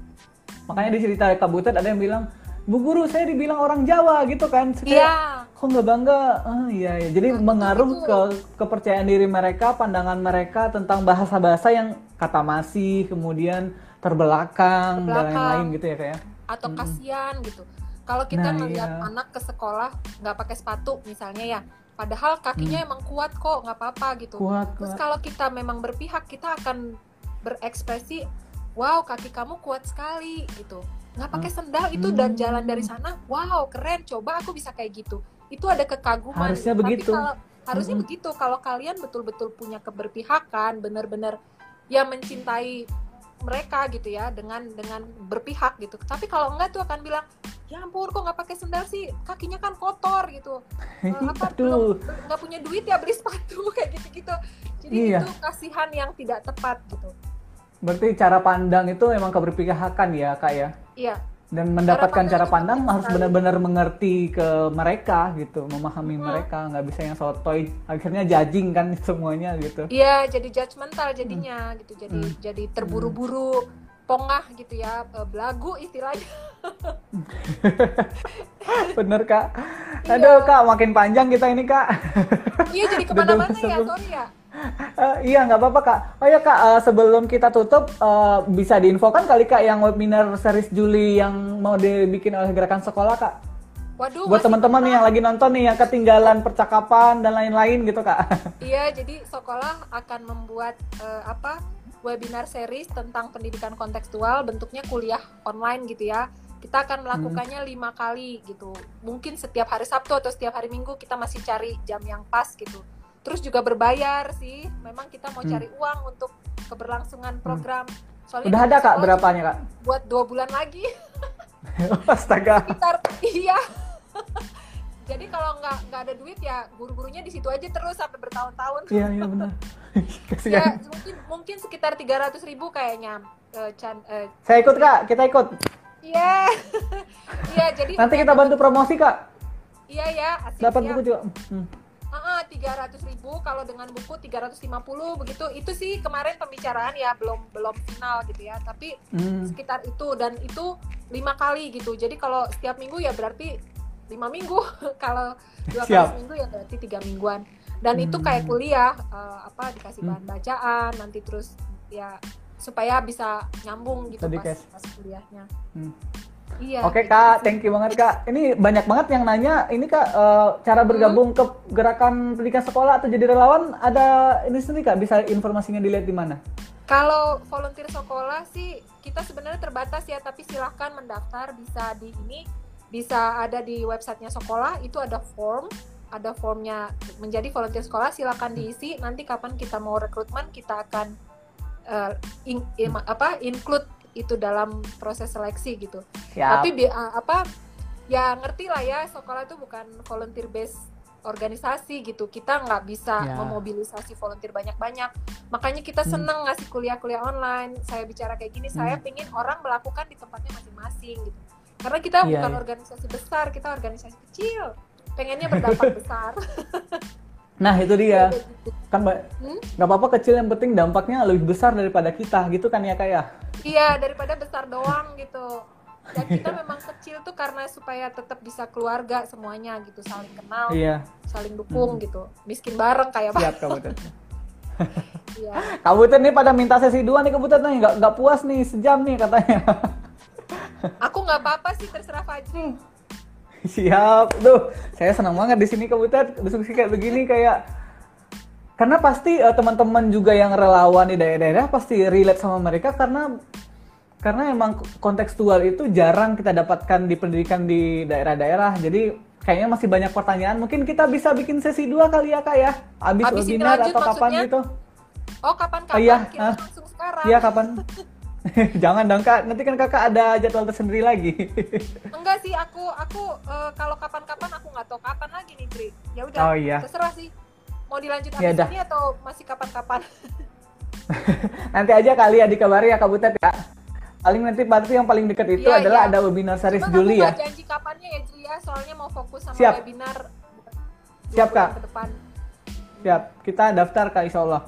Makanya di cerita Kak Butet ada yang bilang, Bu Guru, saya dibilang orang Jawa gitu kan. Saya kayak, Iya. kok nggak bangga? Ah, iya, iya. Jadi Nah, mengaruh itu. ke kepercayaan diri mereka, pandangan mereka tentang bahasa-bahasa yang kata masih, kemudian terbelakang, dan Terbelakang. lain-lain gitu ya kayak. Atau kasihan gitu. Kalau kita Nah, ngelihat iya. anak ke sekolah nggak pakai sepatu misalnya ya, padahal kakinya emang kuat kok, nggak apa-apa gitu. Kuat, Terus kuat. kalau kita memang berpihak, kita akan berekspresi, wow kaki kamu kuat sekali gitu. Nggak pakai sendal itu dan Hmm. jalan dari sana, wow keren, coba aku bisa kayak gitu. Itu ada kekaguman. Harusnya Tapi begitu. kalau harusnya Mm-mm. begitu. Kalau kalian betul-betul punya keberpihakan, benar-benar ya mencintai mereka gitu ya dengan dengan berpihak gitu. Tapi kalau enggak tuh akan bilang, ya ampun kok nggak pakai sendal sih, kakinya kan kotor gitu. Eh, apa Aduh. belum nggak punya duit ya beli sepatu kayak gitu-gitu. Jadi Iya. itu kasihan yang tidak tepat gitu. Berarti cara pandang itu emang keberpihakan ya Kak ya? Iya. Dan mendapatkan pandang cara itu pandang penting harus sekali. benar-benar mengerti ke mereka gitu, memahami Hmm. mereka, nggak bisa yang sotoy, akhirnya judging kan semuanya gitu. Iya, jadi judgmental jadinya gitu. Jadi Hmm. jadi terburu-buru, pongah gitu ya, eh, belagu istilahnya. Bener Kak. Iya. Aduh Kak, makin panjang kita ini Kak. Iya, jadi Udah kemana-mana dua ya, sebelum- sorry ya. Eh, iya nggak apa-apa Kak. Oh ya Kak, eh, sebelum kita tutup eh, bisa diinfokan kali Kak yang webinar series Juli yang mau dibikin oleh Gerakan Sekolah Kak. Waduh, Buat masih teman-teman nih yang lagi nonton nih yang ketinggalan percakapan dan lain-lain gitu Kak. Iya, jadi sekolah akan membuat eh, apa webinar series tentang pendidikan kontekstual, bentuknya kuliah online gitu ya. Kita akan melakukannya lima kali gitu. Mungkin setiap hari Sabtu atau setiap hari Minggu kita masih cari jam yang pas gitu. Terus juga berbayar sih. Memang kita mau Hmm. cari uang untuk keberlangsungan program. Soalnya Udah di ada Kak sekolah berapanya Kak? buat dua bulan lagi. Astaga. Sekitar iya. Jadi kalau nggak nggak ada duit ya guru-gurunya di situ aja terus sampai bertahun-tahun. Iya iya benar. Ya Kasihan. mungkin mungkin sekitar tiga ratus ribu kayaknya. eh, Chan, eh, Saya ikut Kak, kita ikut. Iya. Iya, jadi Nanti kita bantu promosi Kak. Iya ya, asik, Dapat siap. buku juga. Hmm. Heeh, tiga ratus ribu kalau dengan buku tiga ratus lima puluh begitu. Itu sih kemarin pembicaraan ya belum belum final gitu ya, tapi Hmm. sekitar itu dan itu lima kali gitu. Jadi kalau setiap minggu ya berarti lima minggu. Kalau dua kali Siap. seminggu ya berarti tiga mingguan. Dan itu Hmm. kayak kuliah eh, apa dikasih Hmm. bahan bacaan nanti terus ya supaya bisa nyambung gitu Tadi, pas, Kes. pas kuliahnya. Hmm. Iya. Oke gitu Kak, sih. thank you banget Kak. Ini banyak banget yang nanya, ini Kak eh, cara bergabung ke gerakan pendidikan sekolah atau jadi relawan ada ini sendiri Kak, bisa informasinya dilihat di mana? Kalau volunteer sekolah sih kita sebenarnya terbatas ya, tapi silahkan mendaftar bisa di ini, bisa ada di websitenya sekolah, itu ada form, ada formnya menjadi volunteer sekolah, silahkan diisi. Nanti kapan kita mau rekrutmen kita akan uh, in, in- apa include itu dalam proses seleksi gitu. Siap. Tapi bi- uh, apa ya ngerti lah ya sekolah itu bukan volunteer based organisasi gitu, kita nggak bisa Ya. memobilisasi volunteer banyak-banyak, makanya kita Hmm. seneng ngasih kuliah-kuliah online. Saya bicara kayak gini, saya Hmm. pingin orang melakukan di tempatnya masing-masing gitu, karena kita Iya, bukan iya. organisasi besar, kita organisasi kecil, pengennya berdampak besar. Nah itu dia, Kayak gitu. kan Mbak, Hmm? nggak apa-apa kecil yang penting dampaknya lebih besar daripada kita, gitu kan ya Kak ya? Iya, daripada besar doang gitu. Dan kita memang kecil tuh karena supaya tetap bisa keluarga semuanya gitu, saling kenal, Iya, saling dukung gitu, miskin bareng kayak Pak. siap Kak Butet. Iya. Kak Butet nih pada minta sesi dua nih Kak Butet nih, nggak nggak puas nih sejam nih katanya. Aku nggak apa-apa sih, terserah Fajri. Siap, tuh saya senang banget di sini Kak Butet, diskusi kayak begini kayak karena pasti eh, teman-teman juga yang relawan di daerah-daerah pasti relate sama mereka karena karena emang kontekstual itu jarang kita dapatkan di pendidikan di daerah-daerah. Jadi kayaknya masih banyak pertanyaan. Mungkin kita bisa bikin sesi dua kali ya Kak ya, abis, Abis ini webinar lanjut atau kapan maksudnya? gitu. Oh, kapan-kapan? Oh, iya, Kita ah. langsung sekarang. Iya kapan? Jangan dong Kak, nanti kan Kakak ada jadwal tersendiri lagi. Enggak sih, aku aku eh, kalau kapan-kapan aku nggak tahu kapan lagi nih, Dri. Ya udah, Oh, iya. terserah sih. Mau dilanjut Ya abis udah. ini atau masih kapan-kapan? Nanti aja kali ya dikabari ya Kak Butet ya. Paling nanti berarti yang paling dekat itu Iya, adalah iya. ada webinar series Cuman Juli aku ya. nggak janji kapannya ya, Dri ya. Soalnya mau fokus sama Siap. webinar dua Siap, bulan Kak. ke depan. Siap, kita daftar Kak insya Allah.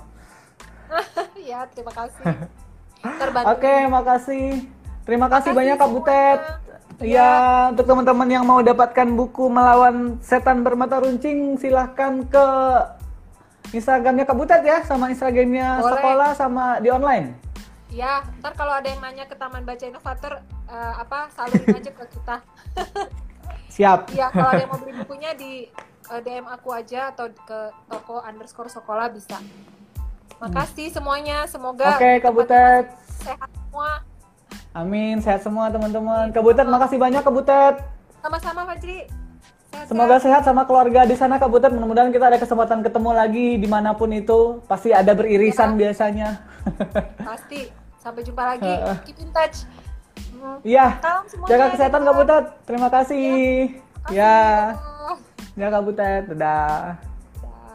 Ya, terima kasih. Terbantu. Oke, makasih. Terima kasih Makasih banyak Kak semuanya. Butet. Iya. Ya, untuk teman-teman yang mau dapatkan buku Melawan Setan Bermata Runcing, silahkan ke Instagramnya Kak Butet ya, sama Instagramnya Boleh. sekolah sama di online. Ya, ntar kalau ada yang nanya ke Taman Baca Inovator, eh, apa salurin aja ke kita. Siap. Iya, kalau ada yang mau beli bukunya di eh, D M aku aja atau ke toko underscore sekolah bisa. Makasih semuanya, semoga Oke, Kak Butet. sehat semua. Amin, sehat semua teman-teman. Kak Butet, makasih banyak Kak Butet. Sama-sama Fajri. Sehat-sehat. Semoga sehat sama keluarga di sana Kak Butet. Mudah-mudahan kita ada kesempatan ketemu lagi dimanapun itu. Pasti ada beririsan biasanya. Pasti. Sampai jumpa lagi. Keep in touch. Hmm. Iya. Salam semuanya. Jaga kesehatan Kak dadah. Butet. Terima kasih. Makasih. Ya. Dadah. Ya Kak Butet. Dadah. Dadah.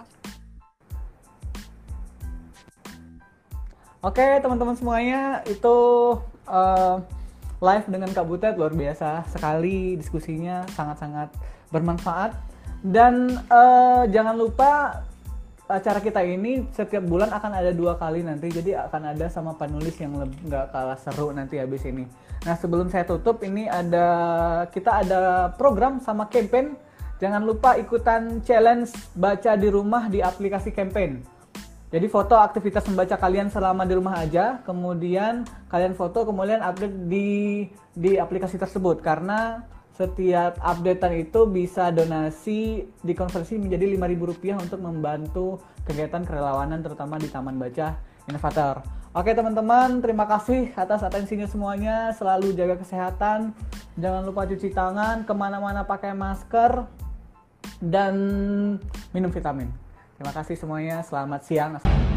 Oke teman-teman semuanya, itu eh, live dengan Kak Butet luar biasa sekali, diskusinya sangat-sangat bermanfaat. Dan eh, jangan lupa acara kita ini setiap bulan akan ada dua kali nanti, jadi akan ada sama penulis yang leb- nggak kalah seru nanti habis ini. Nah sebelum saya tutup, ini ada kita ada program sama campaign. Jangan lupa ikutan challenge baca di rumah di aplikasi campaign. Jadi foto aktivitas membaca kalian selama di rumah aja, kemudian kalian foto, kemudian update di di aplikasi tersebut, karena setiap updatean itu bisa donasi dikonversi menjadi lima ribu rupiah untuk membantu kegiatan kerelawanan terutama di Taman Baca Inovator. Oke teman-teman, terima kasih atas atensinya semuanya, selalu jaga kesehatan, jangan lupa cuci tangan, kemana-mana pakai masker, dan minum vitamin. Terima kasih semuanya, selamat siang.